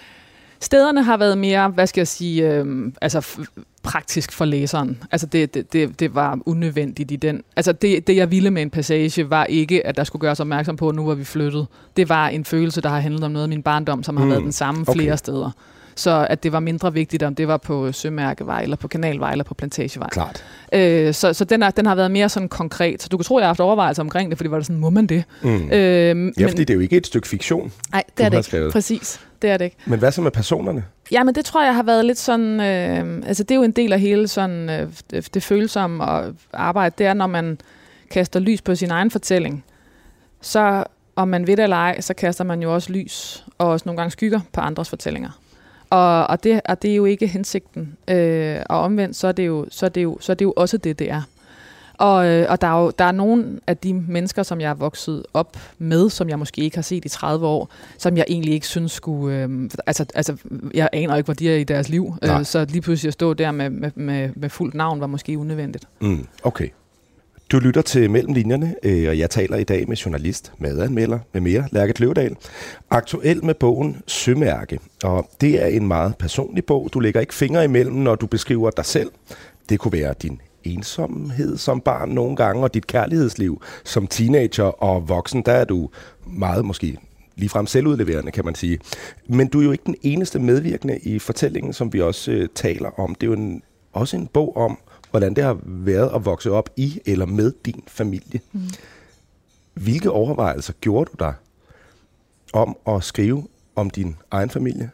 [SPEAKER 3] Stederne har været mere, hvad skal jeg sige, øh, altså f- praktisk for læseren. Altså det, det, det, det var unødvendigt i den. Altså det, det, jeg ville med en passage, var ikke, at der skulle gøres opmærksom på, at nu var vi flyttet. Det var en følelse, der har handlet om noget af min barndom, som har mm. været den samme okay. flere steder. Så at det var mindre vigtigt, om det var på Sømærkevej, eller på Kanalvej, eller på Plantagevej.
[SPEAKER 2] Klart.
[SPEAKER 3] Øh, så så den, er, den har været mere sådan konkret. Så du kan tro, jeg har haft overvejelser omkring det, fordi var det sådan, må man det?
[SPEAKER 2] Mm. Øh, ja, men, fordi det er jo ikke et stykke fiktion.
[SPEAKER 3] Nej, det er det ikke. Skrevet. Præcis, det er det ikke.
[SPEAKER 2] Men hvad så med personerne?
[SPEAKER 3] Ja, men det tror jeg har været lidt sådan, øh, altså det er jo en del af hele sådan, øh, det, det følsomme arbejde, det er, når man kaster lys på sin egen fortælling, så om man ved det eller ej, så kaster man jo også lys, og også nogle gange skygger på andres fortællinger. Og, og, det, og det er jo ikke hensigten. Øh, og omvendt, så er, det jo, så, er det jo, så er det jo også det, det er. Og, øh, og der er jo der er nogle af de mennesker, som jeg er vokset op med, som jeg måske ikke har set i tredive år, som jeg egentlig ikke synes skulle... Øh, altså, altså, jeg aner ikke, hvor de er i deres liv. Øh, så lige pludselig at stå der med, med, med, med fuldt navn var måske unødvendigt.
[SPEAKER 2] Mm, okay. Du lytter til Mellem Linjerne, øh, og jeg taler i dag med journalist, madanmelder med mere, Lærke Kløvedal. Aktuel med bogen Sømærke, og det er en meget personlig bog. Du lægger ikke fingre imellem, når du beskriver dig selv. Det kunne være din ensomhed som barn nogle gange, og dit kærlighedsliv som teenager og voksen. Der er du meget måske ligefrem selvudleverende, kan man sige. Men du er jo ikke den eneste medvirkende i fortællingen, som vi også øh, taler om. Det er jo en, også en bog om, hvordan det har været at vokse op i eller med din familie. Mm. Hvilke overvejelser gjorde du dig om at skrive om din egen familie?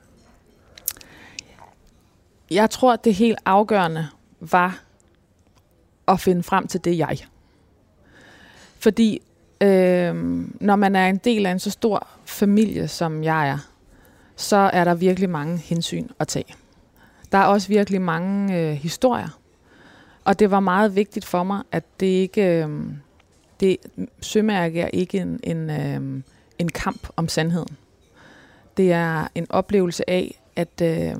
[SPEAKER 3] Jeg tror, det helt afgørende var at finde frem til det jeg. Fordi øh, når man er en del af en så stor familie, som jeg er, så er der virkelig mange hensyn at tage. Der er også virkelig mange øh, historier. Og det var meget vigtigt for mig, at det ikke... Øh, det sømærke er ikke en, en, øh, en kamp om sandheden. Det er en oplevelse af, at, øh,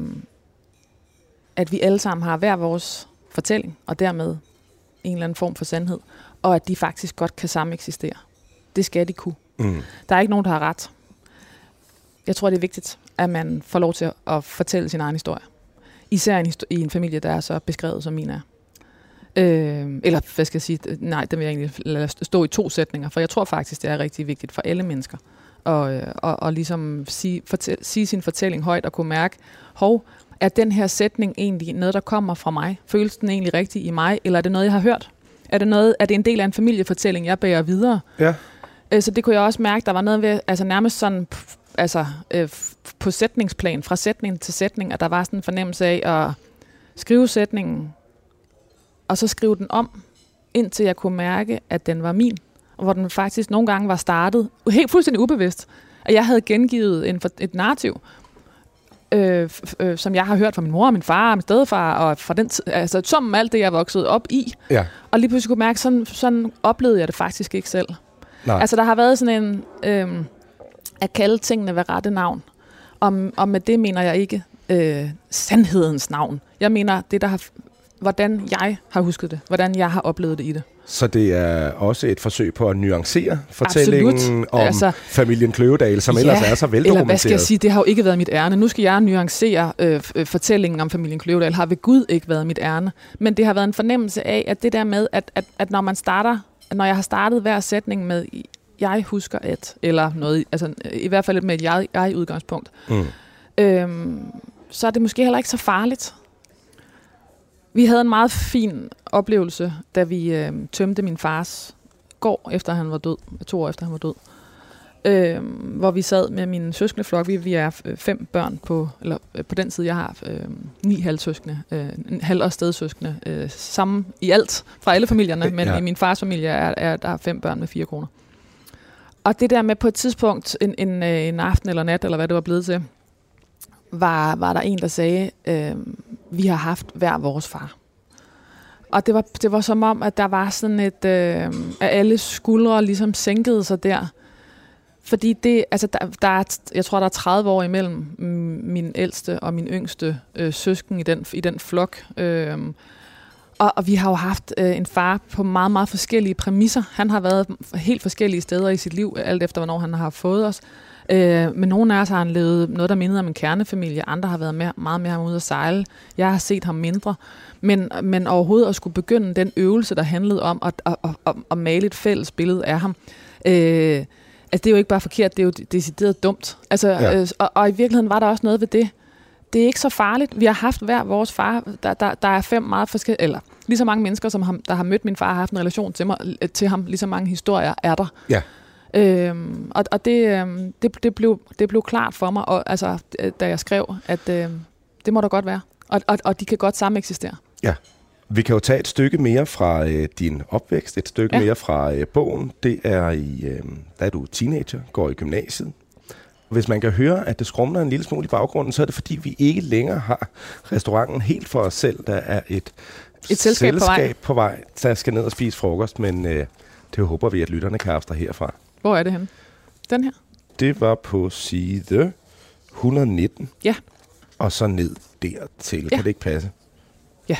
[SPEAKER 3] at vi alle sammen har hver vores fortælling, og dermed en eller anden form for sandhed, og at de faktisk godt kan sameksistere. Det skal de kunne. Mm. Der er ikke nogen, der har ret. Jeg tror, det er vigtigt, at man får lov til at fortælle sin egen historie. Især en histor- i en familie, der er så beskrevet, som min er. Øh, eller hvad skal jeg sige? Nej, det vil jeg egentlig lade stå i to sætninger, for jeg tror faktisk, det er rigtig vigtigt for alle mennesker at og, og ligesom sige, fortæl, sige sin fortælling højt og kunne mærke, hov, er den her sætning egentlig noget, der kommer fra mig? Føles den egentlig rigtig i mig, eller er det noget, jeg har hørt? Er det, noget, er det en del af en familiefortælling, jeg bærer videre?
[SPEAKER 2] Ja.
[SPEAKER 3] Øh, så det kunne jeg også mærke, der var noget ved, altså nærmest sådan, altså øh, på sætningsplan, fra sætning til sætning, at der var sådan en fornemmelse af at skrive sætningen, og så skrive den om, indtil jeg kunne mærke, at den var min. Og hvor den faktisk nogle gange var startet, helt fuldstændig ubevidst, at jeg havde gengivet en, et narrativ, øh, øh, som jeg har hørt fra min mor og min far og min stedfar, og fra den t- altså som alt det, jeg voksede op i. Ja. Og lige pludselig kunne mærke, sådan, sådan oplevede jeg det faktisk ikke selv. Nej. Altså der har været sådan en, øh, at kalde tingene ved rette navn. Og, og med det mener jeg ikke øh, sandhedens navn. Jeg mener det, der har... hvordan jeg har husket det, hvordan jeg har oplevet det i det.
[SPEAKER 2] Så det er også et forsøg på at nuancere fortællingen Absolut. om
[SPEAKER 3] altså,
[SPEAKER 2] familien Kløvedal, som ja, ellers er så veldokumenteret.
[SPEAKER 3] Eller hvad skal jeg sige, det har jo ikke været mit ærne. Nu skal jeg nuancere øh, fortællingen om familien Kløvedal, har ved Gud ikke været mit ærne. Men det har været en fornemmelse af, at det der med, at, at, at når man starter, når jeg har startet hver sætning med, jeg husker et, eller noget, altså i hvert fald med et jeg, jeg udgangspunkt, mm. øhm, så er det måske heller ikke så farligt. Vi havde en meget fin oplevelse, da vi øh, tømte min fars gård, efter han var død, to år efter han var død. Øh, hvor vi sad med min søskendeflok. Vi, vi er fem børn på, eller øh, på den side, jeg har øh, ni halvsøskende, øh, halv- og stedsøskende, øh, sammen i alt fra alle familierne, men ja. i min fars familie er, er der er fem børn med fire koner. Og det der med på et tidspunkt, en, en, en aften eller nat, eller hvad det var blevet til, var, var der en, der sagde, øh, vi har haft hver vores far. Og det var, det var som om, at der var sådan et, øh, at alle skuldre ligesom sænkede sig der. Fordi det, altså der, der er, jeg tror, der er tredive år imellem min ældste og min yngste øh, søsken i den, i den flok. Øh, og, og vi har jo haft øh, en far på meget, meget forskellige præmisser. Han har været helt forskellige steder i sit liv, alt efter hvornår han har fået os. Øh, men nogle af os har han levet noget, der mindede om en kernefamilie. Andre har været mere, meget mere ude at sejle. Jeg har set ham mindre. Men, men overhovedet at skulle begynde den øvelse, der handlede om at, at, at, at, at male et fælles billede af ham. Øh, altså, det er jo ikke bare forkert, det er jo decideret dumt. Altså, ja. øh, og, og i virkeligheden var der også noget ved det. Det er ikke så farligt. Vi har haft hver vores far. Der, der, der er fem meget forskellige, eller lige så mange mennesker, som ham, der har mødt min far og haft en relation til, mig, til ham. Lige så mange historier er der. Ja. Øhm, og og det, øhm, det, det, blev, det blev klart for mig, og, altså, da jeg skrev, at øhm, det må der godt være. Og, og, og de kan godt sameksistere.
[SPEAKER 2] Ja. Vi kan jo tage et stykke mere fra øh, din opvækst, et stykke ja. mere fra øh, bogen. Det er i, øh, der er du teenager, går i gymnasiet. Hvis man kan høre, at det skrumler en lille smule i baggrunden, så er det fordi, vi ikke længere har restauranten helt for os selv. Der er et,
[SPEAKER 3] et selskab,
[SPEAKER 2] selskab
[SPEAKER 3] på
[SPEAKER 2] på
[SPEAKER 3] vej.
[SPEAKER 2] vej, der skal ned og spise frokost, men øh, det håber vi, at lytterne kan abstrahere herfra.
[SPEAKER 3] Hvor er det henne? Den her?
[SPEAKER 2] Det var på side et hundrede nitten.
[SPEAKER 3] Ja.
[SPEAKER 2] Og så ned dertil. Ja. Kan det ikke passe?
[SPEAKER 3] Ja.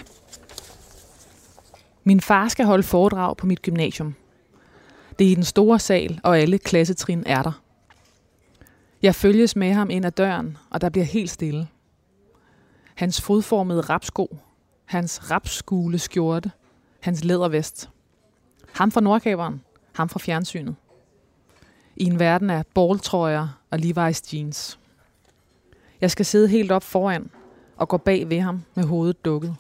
[SPEAKER 3] Min far skal holde foredrag på mit gymnasium. Det er i den store sal, og alle klassetrin er der. Jeg følges med ham ind ad døren, og der bliver helt stille. Hans fodformede rapsko, hans rapskule skjorte, hans lædervest. Ham fra Nordkaberen, ham fra fjernsynet. I en verden af balltrøjer og Levi's jeans. Jeg skal sidde helt op foran og gå bag ved ham med hovedet dukket.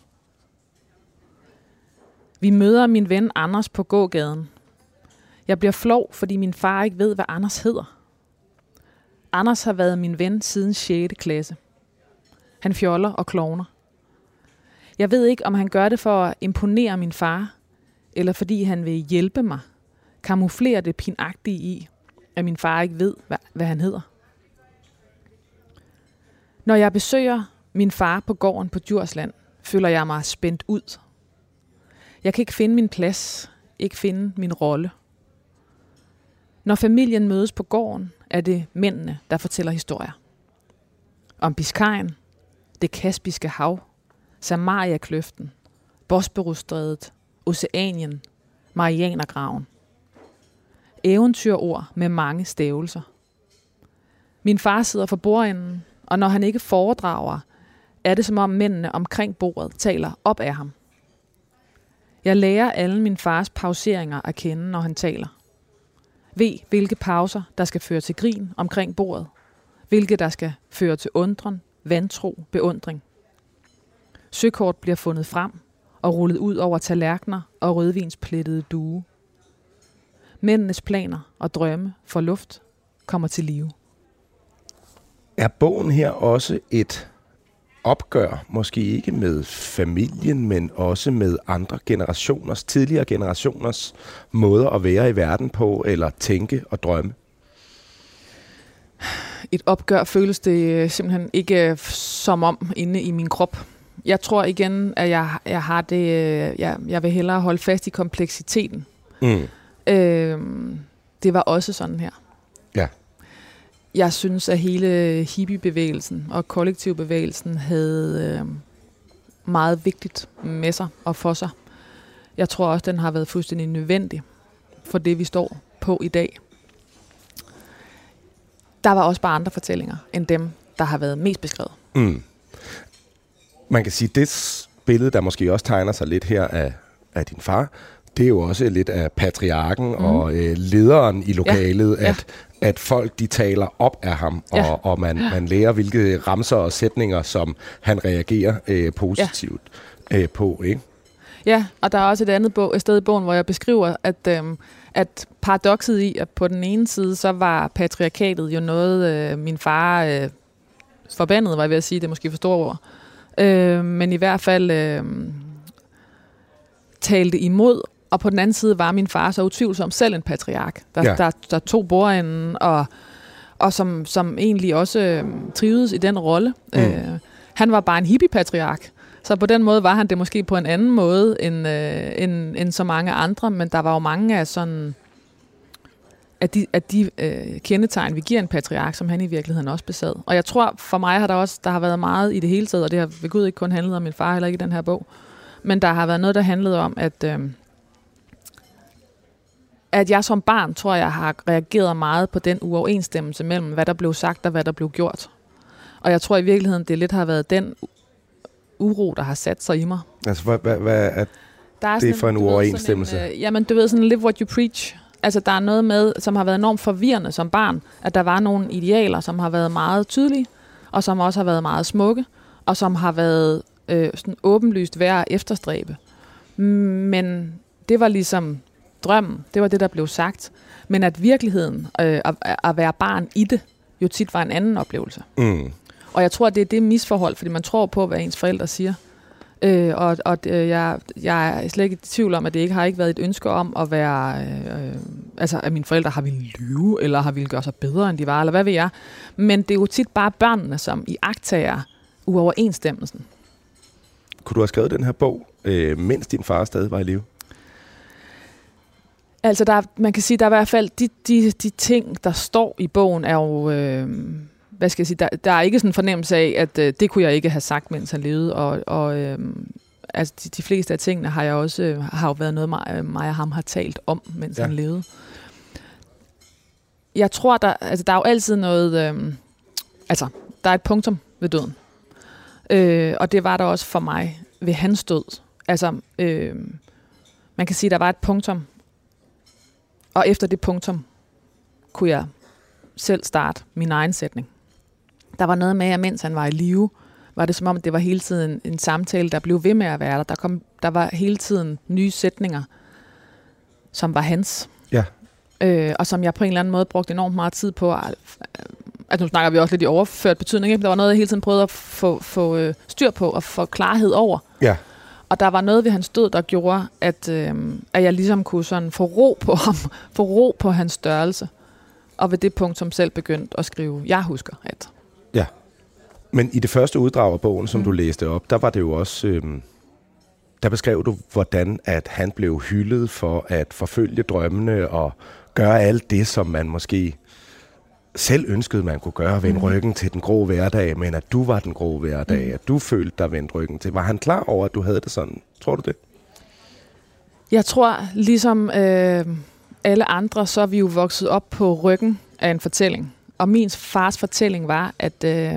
[SPEAKER 3] Vi møder min ven Anders på gågaden. Jeg bliver flov, fordi min far ikke ved, hvad Anders hedder. Anders har været min ven siden sjette klasse. Han fjoller og klovner. Jeg ved ikke, om han gør det for at imponere min far, eller fordi han vil hjælpe mig, kamuflere det pinagtige i, at min far ikke ved, hvad, hvad han hedder. Når jeg besøger min far på gården på Djursland, føler jeg mig spændt ud. Jeg kan ikke finde min plads, ikke finde min rolle. Når familien mødes på gården, er det mændene, der fortæller historier. Om Biscayen, det Kaspiske hav, Samaria-kløften, Bosporusstrædet, Oceanien, Marianergraven. Eventyrord med mange stavelser. Min far sidder for bordenden, og når han ikke foredrager, er det som om mændene omkring bordet taler op af ham. Jeg lærer alle min fars pauseringer at kende, når han taler. Ved, hvilke pauser, der skal føre til grin omkring bordet. Hvilke, der skal føre til undren, vantro, beundring. Søkort bliver fundet frem og rullet ud over tallerkener og rødvinsplettede due. Mændenes planer og drømme for luft kommer til live.
[SPEAKER 2] Er bogen her også et opgør, måske ikke med familien, men også med andre generationers, tidligere generationers måder at være i verden på, eller tænke og drømme?
[SPEAKER 3] Et opgør føles det simpelthen ikke som om inde i min krop. Jeg tror igen, at jeg, jeg har det, jeg, jeg vil hellere holde fast i kompleksiteten. Mm. Øhm, det var også sådan her.
[SPEAKER 2] Ja.
[SPEAKER 3] Jeg synes, at hele hippiebevægelsen og kollektivbevægelsen havde øh, meget vigtigt med sig og for sig. Jeg tror også, den har været fuldstændig nødvendig for det, vi står på i dag. Der var også bare andre fortællinger end dem, der har været mest beskrevet.
[SPEAKER 2] Mm. Man kan sige, at det billede, der måske også tegner sig lidt her af, af din far, det er jo også lidt af patriarken mm. og øh, lederen i lokalet, ja, ja. At, at folk de taler op af ham, ja. og, og man, man lærer, hvilke ramser og sætninger, som han reagerer øh, positivt ja. øh, på, ikke?
[SPEAKER 3] Ja, og der er også et andet bog, et sted i bogen, hvor jeg beskriver, at, øh, at paradokset i, at på den ene side, så var patriarkatet jo noget, øh, min far øh, forbandede, var jeg ved at sige, det er måske for store ord, øh, men i hvert fald øh, talte imod. Og på den anden side var min far så utvivlsomt selv en patriark, der, ja. der, der tog bordenden, og, og som, som egentlig også øh, trivedes i den rolle. Mm. Øh, han var bare en hippie-patriark, så på den måde var han det måske på en anden måde end, øh, end, end så mange andre, men der var jo mange af sådan af de, af de øh, kendetegn, vi giver en patriark, som han i virkeligheden også besad. Og jeg tror, for mig har der også der har været meget i det hele taget, og det har ved Gud ikke kun handlet om min far, heller ikke i den her bog, men der har været noget, der handlede om, at øh, at jeg som barn, tror jeg, har reageret meget på den uoverensstemmelse mellem, hvad der blev sagt og hvad der blev gjort. Og jeg tror i virkeligheden, det lidt har været den uro, der har sat sig i mig.
[SPEAKER 2] Altså, hvad, hvad, hvad er, der er det sådan, for en uoverensstemmelse?
[SPEAKER 3] En, øh, jamen, du ved, sådan live what you preach. Altså, der er noget med, som har været enormt forvirrende som barn, at der var nogle idealer, som har været meget tydelige, og som også har været meget smukke, og som har været øh, sådan åbenlyst værd at efterstræbe. Men det var ligesom drømmen, det var det, der blev sagt. Men at virkeligheden, øh, at, at være barn i det, jo tit var en anden oplevelse. Mm. Og jeg tror, det er det misforhold, fordi man tror på, hvad ens forældre siger. Øh, og og øh, jeg, jeg er slet ikke i tvivl om, at det ikke har ikke været et ønske om at være... Øh, altså, at mine forældre har ville lyve, eller har ville gøre sig bedre, end de var, eller hvad ved jeg. Men det er jo tit bare børnene, som iagttager uoverensstemmelsen.
[SPEAKER 2] Kunne du have skrevet den her bog, øh, mens din far stadig var i live?
[SPEAKER 3] Altså, der, man kan sige, der er i hvert fald de, de, de ting, der står i bogen, er jo... Øh, hvad skal jeg sige? Der, der er ikke sådan en fornemmelse af, at øh, det kunne jeg ikke have sagt, mens han levede. Og, og øh, altså, de, de fleste af tingene har jeg også øh, har jo været noget, mig, mig og ham har talt om, mens ja. han levede. Jeg tror, der, altså, der er jo altid noget... Øh, altså, der er et punktum ved døden. Øh, og det var der også for mig ved hans død. Altså, øh, man kan sige, der var et punktum. Og efter det punktum kunne jeg selv starte min egen sætning. Der var noget med, at mens han var i live, var det som om, det var hele tiden en samtale, der blev ved med at være der. Der, kom, der var hele tiden nye sætninger, som var hans.
[SPEAKER 2] Ja.
[SPEAKER 3] Øh, og som jeg på en eller anden måde brugte enormt meget tid på. Altså nu snakker vi også lidt i overført betydning, ikke? Der var noget, jeg hele tiden prøvede at få, få øh, styr på og få klarhed over.
[SPEAKER 2] Ja.
[SPEAKER 3] Og der var noget ved hans død, der gjorde, at, øh, at jeg ligesom kunne sådan få ro på ham, få ro på hans størrelse. Og ved det punkt, som selv begyndte at skrive, jeg husker at.
[SPEAKER 2] Ja, men i det første uddrag af bogen, som mm. du læste op, der var det jo også, øh, der beskrev du, hvordan at han blev hyldet for at forfølge drømmene og gøre alt det, som man måske selv ønskede, man kunne gøre, vende mm. ryggen til den grå hverdag, men at du var den grå hverdag, mm. at du følte dig vendt ryggen til. Var han klar over, at du havde det sådan? Tror du det?
[SPEAKER 3] Jeg tror, ligesom øh, alle andre, så er vi jo vokset op på ryggen af en fortælling. Og min fars fortælling var, at, øh,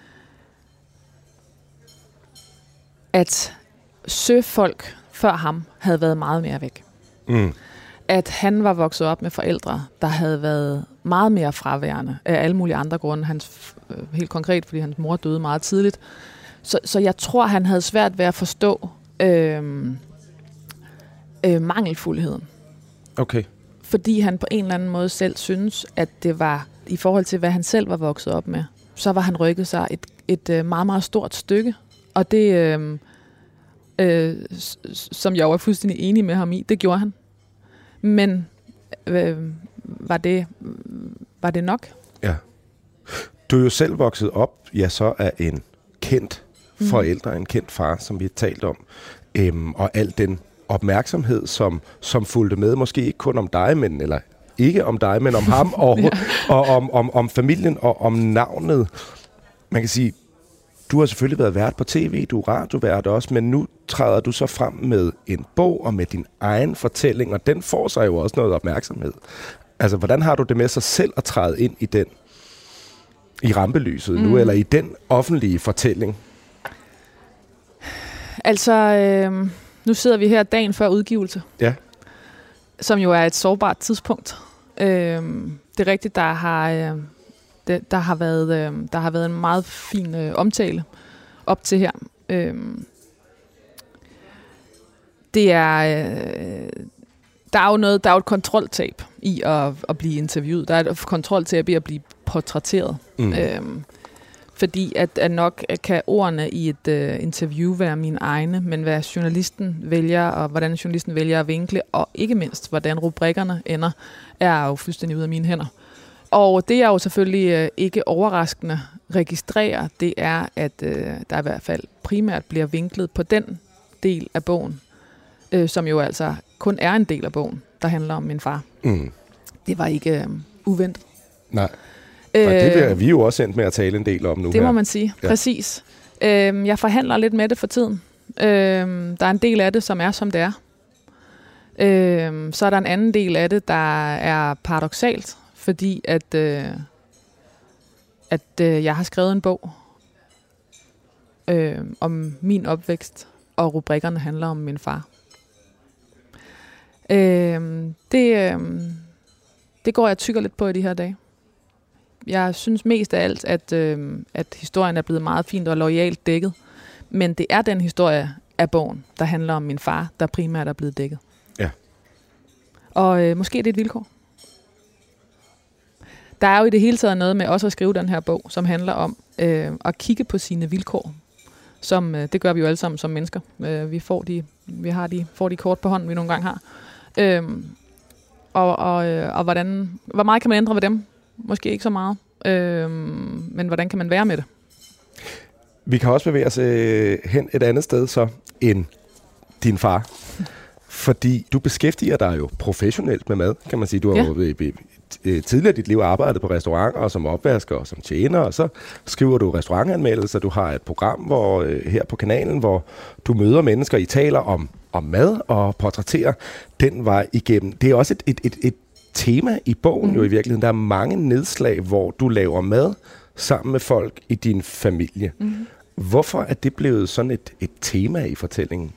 [SPEAKER 3] at søfolk før ham havde været meget mere væk. Mm. At han var vokset op med forældre, der havde været meget mere fraværende af alle mulige andre grunde. Hans, øh, helt konkret, fordi hans mor døde meget tidligt. Så, så jeg tror, han havde svært ved at forstå øh, øh, mangelfuldheden. Okay. Fordi han på en eller anden måde selv synes, at det var, i forhold til hvad han selv var vokset op med, så var han rykket sig et, et, et meget, meget stort stykke. Og det, øh, øh, som jeg var fuldstændig enig med ham i, det gjorde han. Men øh, var, det, var det nok? Ja.
[SPEAKER 2] Du er jo selv vokset op, ja, så af en kendt forælder, mm. en kendt far, som vi har talt om. Øhm, og al den opmærksomhed, som, som fulgte med, måske ikke kun om dig, men, eller ikke om dig, men om ham, og, ja. og om, om, om familien, og om navnet. Man kan sige, du har selvfølgelig været vært på tv, du er radiovært også, men nu træder du så frem med en bog og med din egen fortælling, og den får sig jo også noget opmærksomhed. Altså, hvordan har du det med sig selv at træde ind i den, i rampelyset mm. nu, eller i den offentlige fortælling?
[SPEAKER 3] Altså, øh, nu sidder vi her dagen før udgivelse, ja. Som jo er et sårbart tidspunkt. Øh, det er rigtigt, der har... Øh, Det, der, har været, øh, der har været en meget fin øh, omtale op til her. Øhm, det er, øh, der er jo noget, der er jo et kontroltab i at, at blive interviewet. Der er et kontroltab i at blive portrætteret. Mm. Øhm, fordi at, at nok kan ordene i et øh, interview være mine egne, men hvad journalisten vælger, og hvordan journalisten vælger at vinkle, og ikke mindst, hvordan rubrikkerne ender, er jo fuldstændig ude af mine hænder. Og det, jeg jo selvfølgelig øh, ikke overraskende registrerer, det er, at øh, der i hvert fald primært bliver vinklet på den del af bogen, øh, som jo altså kun er en del af bogen, der handler om min far. Mm. Det var ikke øh, uventet.
[SPEAKER 2] Nej, og det bliver vi jo også endt med at tale en del om nu.
[SPEAKER 3] Det
[SPEAKER 2] her.
[SPEAKER 3] må man sige, ja. Præcis. Øh, jeg forhandler lidt med det for tiden. Øh, der er en del af det, som er, som det er. Øh, så er der en anden del af det, der er paradoksalt, fordi at, øh, at øh, jeg har skrevet en bog øh, om min opvækst, og rubrikkerne handler om min far. Øh, det, øh, det går jeg tykker lidt på i de her dage. Jeg synes mest af alt, at, øh, at historien er blevet meget fint og loyalt dækket, men det er den historie af bogen, der handler om min far, der primært er blevet dækket. Ja. Og øh, måske er det et vilkår. Der er jo i det hele taget noget med også at skrive den her bog, som handler om øh, at kigge på sine vilkår. Som, øh, det gør vi jo alle sammen som mennesker. Øh, vi får de, vi har de, får de kort på hånden, vi nogle gange har. Øh, og og, øh, og hvordan, hvor meget kan man ændre ved dem? Måske ikke så meget. Øh, men hvordan kan man være med det?
[SPEAKER 2] Vi kan også bevæge os øh, hen et andet sted så end din far. Fordi du beskæftiger dig jo professionelt med mad, kan man sige. Du har jo ja. tidligere i dit liv arbejdet på restauranter og som opvasker og som tjener, og så skriver du restaurantanmeldelser. Du har et program hvor, øh, her på kanalen, hvor du møder mennesker, I taler om, om mad og portrætterer den vej igennem. Det er også et, et, et, et tema i bogen mm. jo i virkeligheden. Der er mange nedslag, hvor du laver mad sammen med folk i din familie. Mm. Hvorfor er det blevet sådan et, et tema i fortællingen?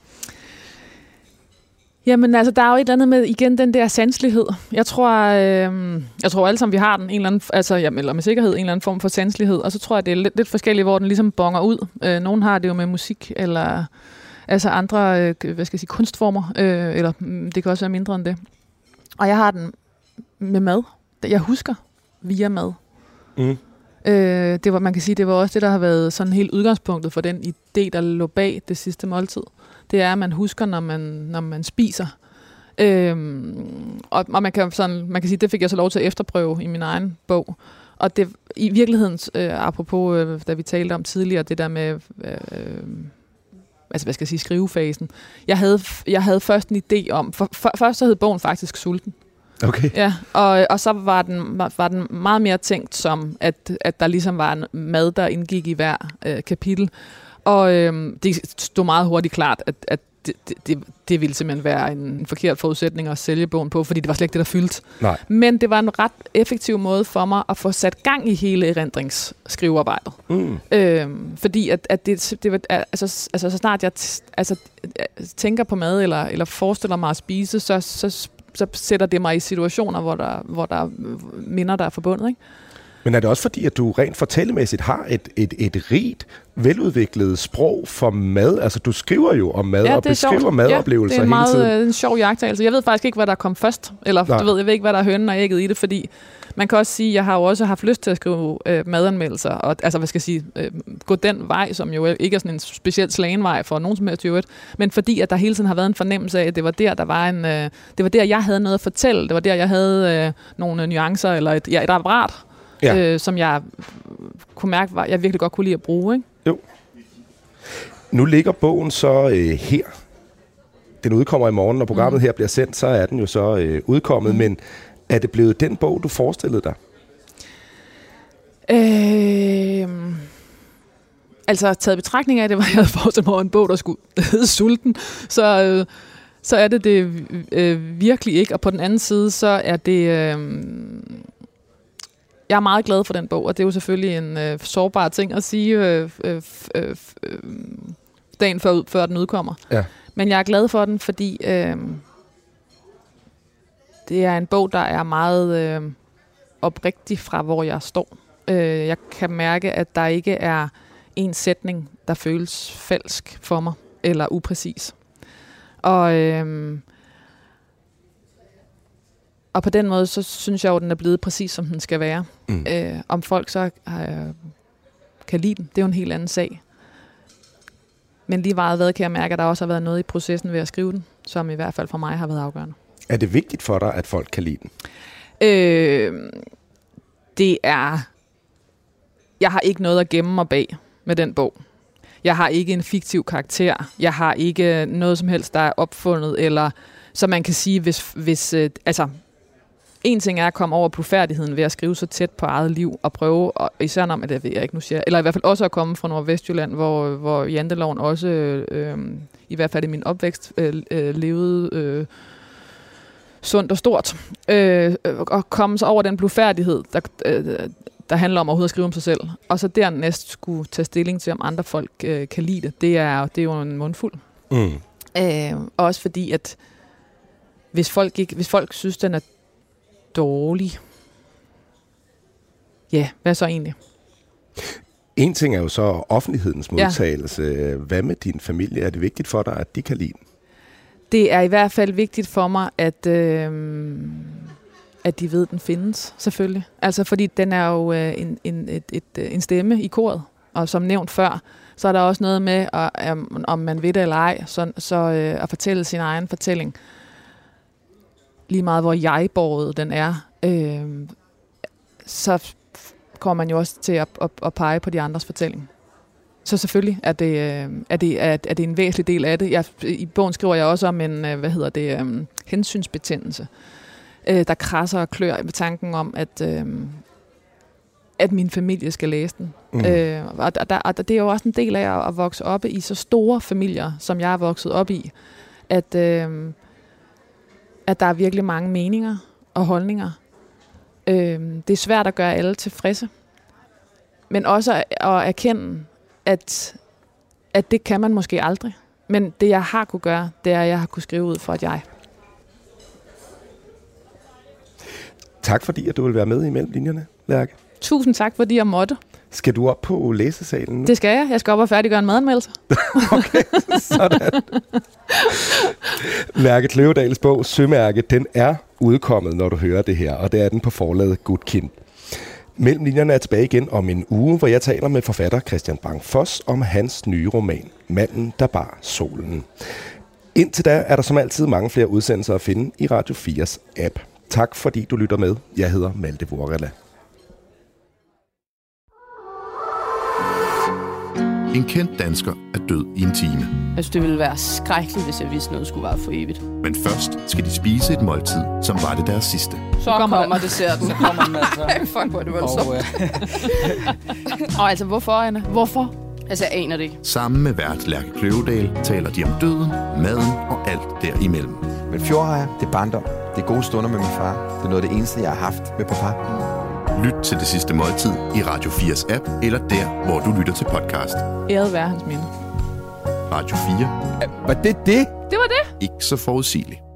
[SPEAKER 3] Jamen altså, der er jo et eller andet med, igen, den der sanselighed. Jeg tror, øh, jeg tror alle sammen, vi har den, en eller anden, altså, jamen, eller med sikkerhed, en eller anden form for sanselighed. Og så tror jeg, det er lidt, lidt forskelligt, hvor den ligesom bonger ud. Øh, nogen har det jo med musik, eller altså andre, øh, hvad skal jeg sige, kunstformer, øh, eller det kan også være mindre end det. Og jeg har den med mad. Jeg husker via mad. Mm. Øh, det var, man kan sige, det var også det, der har været sådan helt udgangspunktet for den idé, der lå bag det sidste måltid. Det er, at man husker, når man, når man spiser. Øhm, og og man, kan sådan, man kan sige, det fik jeg så lov til at efterprøve i min egen bog. Og det i virkeligheden, øh, apropos, øh, da vi talte om tidligere, det der med, øh, altså hvad skal jeg sige, skrivefasen. Jeg havde, jeg havde først en idé om, for, for, først så hed bogen faktisk Sulten.
[SPEAKER 2] Okay.
[SPEAKER 3] Ja, og, og så var den, var, var den meget mere tænkt som, at, at der ligesom var en mad, der indgik i hver øh, kapitel. Og øhm, det stod meget hurtigt klart, at, at det, det, det ville simpelthen være en forkert forudsætning at sælge bogen på, fordi det var slet ikke det, der fyldte. Nej. Men det var en ret effektiv måde for mig at få sat gang i hele erindringsskrivearbejdet. Mm. Øhm, fordi at, at det, det var, altså, altså, så snart jeg t- altså, tænker på mad, eller, eller forestiller mig at spise, så, så, så sætter det mig i situationer, hvor der, hvor der minder, der er forbundet, ikke?
[SPEAKER 2] Men er det også fordi, at du rent fortællemæssigt har et, et, et rigt, veludviklet sprog for mad? Altså, du skriver jo om mad, ja, og beskriver sjovt. madoplevelser hele tiden.
[SPEAKER 3] Ja, det er en meget en sjov jagttagelse. Jeg ved faktisk ikke, hvad der kom først. Eller du ved, jeg ved ikke, hvad der er hønen og ægget i det, fordi man kan også sige, at jeg har jo også haft lyst til at skrive øh, madanmeldelser. Og, altså, hvad skal jeg sige, øh, gå den vej, som jo ikke er sådan en specielt slagenvej for nogen som helst i øvrigt. Men fordi, at der hele tiden har været en fornemmelse af, at det var der, der var en... Øh, det var der, jeg havde noget at fortælle. Det var der, jeg havde øh, nogle nuancer, eller et, ja, et apparat. Ja. Øh, som jeg kunne mærke, var, jeg virkelig godt kunne lide at bruge, ikke?
[SPEAKER 2] Jo. Nu ligger bogen så øh, her. Den udkommer i morgen, når programmet mm. her bliver sendt, så er den jo så øh, udkommet. Mm. Men er det blevet den bog, du forestillede dig?
[SPEAKER 3] Øh, altså, taget betragtning af det, var jeg havde forestillet mig en bog, der skulle hedde Sulten, så, øh, så er det det øh, virkelig ikke. Og på den anden side, så er det... Øh, Jeg er meget glad for den bog, og det er jo selvfølgelig en øh, sårbar ting at sige øh, øh, øh, øh, dagen før, før den udkommer. Ja. Men jeg er glad for den, fordi øh, det er en bog, der er meget øh, oprigtig fra, hvor jeg står. Øh, jeg kan mærke, at der ikke er en sætning, der føles falsk for mig, eller upræcis. Og... Øh, Og på den måde, så synes jeg jo, at den er blevet præcis, som den skal være. Mm. Øh, om folk så øh, kan lide den, det er jo en helt anden sag. Men lige meget hvad kan jeg mærke, at der også har været noget i processen ved at skrive den, som i hvert fald for mig har været afgørende.
[SPEAKER 2] Er det vigtigt for dig, at folk kan lide den?
[SPEAKER 3] Øh, det er... Jeg har ikke noget at gemme mig bag med den bog. Jeg har ikke en fiktiv karakter. Jeg har ikke noget som helst, der er opfundet, eller... Så man kan sige, hvis... hvis øh, altså... En ting er at komme over blufærdigheden ved at skrive så tæt på eget liv og prøve, og især om, at det ved jeg ikke nu siger, eller i hvert fald også at komme fra Nordvestjylland, hvor, hvor janteloven også, øh, i hvert fald i min opvækst, øh, levede øh, sundt og stort. Øh, og komme så over den blufærdighed, der, øh, der handler om overhovedet at skrive om sig selv, og så dernæst skulle tage stilling til, om andre folk øh, kan lide det. Det er, det er jo en mundfuld. Mm. Øh, også fordi, at hvis folk, ikke, hvis folk synes, den er dårlig. Ja, hvad så egentlig?
[SPEAKER 2] En ting er jo så offentlighedens modtagelse. Ja. Hvad med din familie? Er det vigtigt for dig, at de kan lide den?
[SPEAKER 3] Det er i hvert fald vigtigt for mig, at, øh, at de ved, at den findes, selvfølgelig. Altså, fordi den er jo øh, en, en, et, et, en stemme i koret. Og som nævnt før, så er der også noget med, at, um, om man ved det eller ej, så, så øh, at fortælle sin egen fortælling. Lige meget, hvor jeg-båret den er, øh, så kommer man jo også til at, at, at pege på de andres fortælling. Så selvfølgelig er det, er, det, er, er det en væsentlig del af det. Jeg, I bogen skriver jeg også om en hvad hedder det, um, hensynsbetændelse, øh, der krasser og klør ved tanken om, at, øh, at min familie skal læse den. Mm. Øh, og, der, og det er jo også en del af at, at vokse op i så store familier, som jeg er vokset op i, at, øh, at der er virkelig mange meninger og holdninger. Øh, det er svært at gøre alle tilfredse, men også at, at erkende, at, at det kan man måske aldrig. Men det, jeg har kunne gøre, det er, at jeg har kunne skrive ud for et jeg.
[SPEAKER 2] Tak fordi, at du vil være med imellem linjerne, Lærke.
[SPEAKER 3] Tusind tak, fordi jeg måtte.
[SPEAKER 2] Skal du op på læsesalen nu?
[SPEAKER 3] Det skal jeg. Jeg skal op og færdiggøre en madanmeldelse.
[SPEAKER 2] Okay, sådan. Lærke Kløvedals bog, Sømærke, den er udkommet, når du hører det her, og det er den på forlaget Gutkind. Mellem linjerne er tilbage igen om en uge, hvor jeg taler med forfatter Christian Bang-Foss om hans nye roman, Manden, der bar solen. Indtil da er der som altid mange flere udsendelser at finde i Radio fires app. Tak fordi du lytter med. Jeg hedder Malte Vorela.
[SPEAKER 1] En kendt dansker er død i en time.
[SPEAKER 5] Jeg synes, det ville være skrækkeligt, hvis jeg vidste noget skulle være for evigt.
[SPEAKER 1] Men først skal de spise et måltid, som var det deres sidste.
[SPEAKER 5] Så kommer, kommer desserten. Så kommer den altså. Fuck, hvor er det voldsomt. Og altså, hvorfor, Anna? Hvorfor? Altså, jeg aner det ikke.
[SPEAKER 1] Sammen med vært Lærke Kløvedal taler de om døden, maden og alt derimellem.
[SPEAKER 6] Men fjordrejer, det er barndom. Det er gode stunder med min far. Det er noget af det eneste, jeg har haft med papa.
[SPEAKER 1] Lyt til Det Sidste Måltid i Radio fires app, eller der, hvor du lytter til podcast.
[SPEAKER 3] Æret være hans minde.
[SPEAKER 1] Radio fire.
[SPEAKER 6] Var det det?
[SPEAKER 3] Det var det.
[SPEAKER 1] Ikke så forudsigeligt.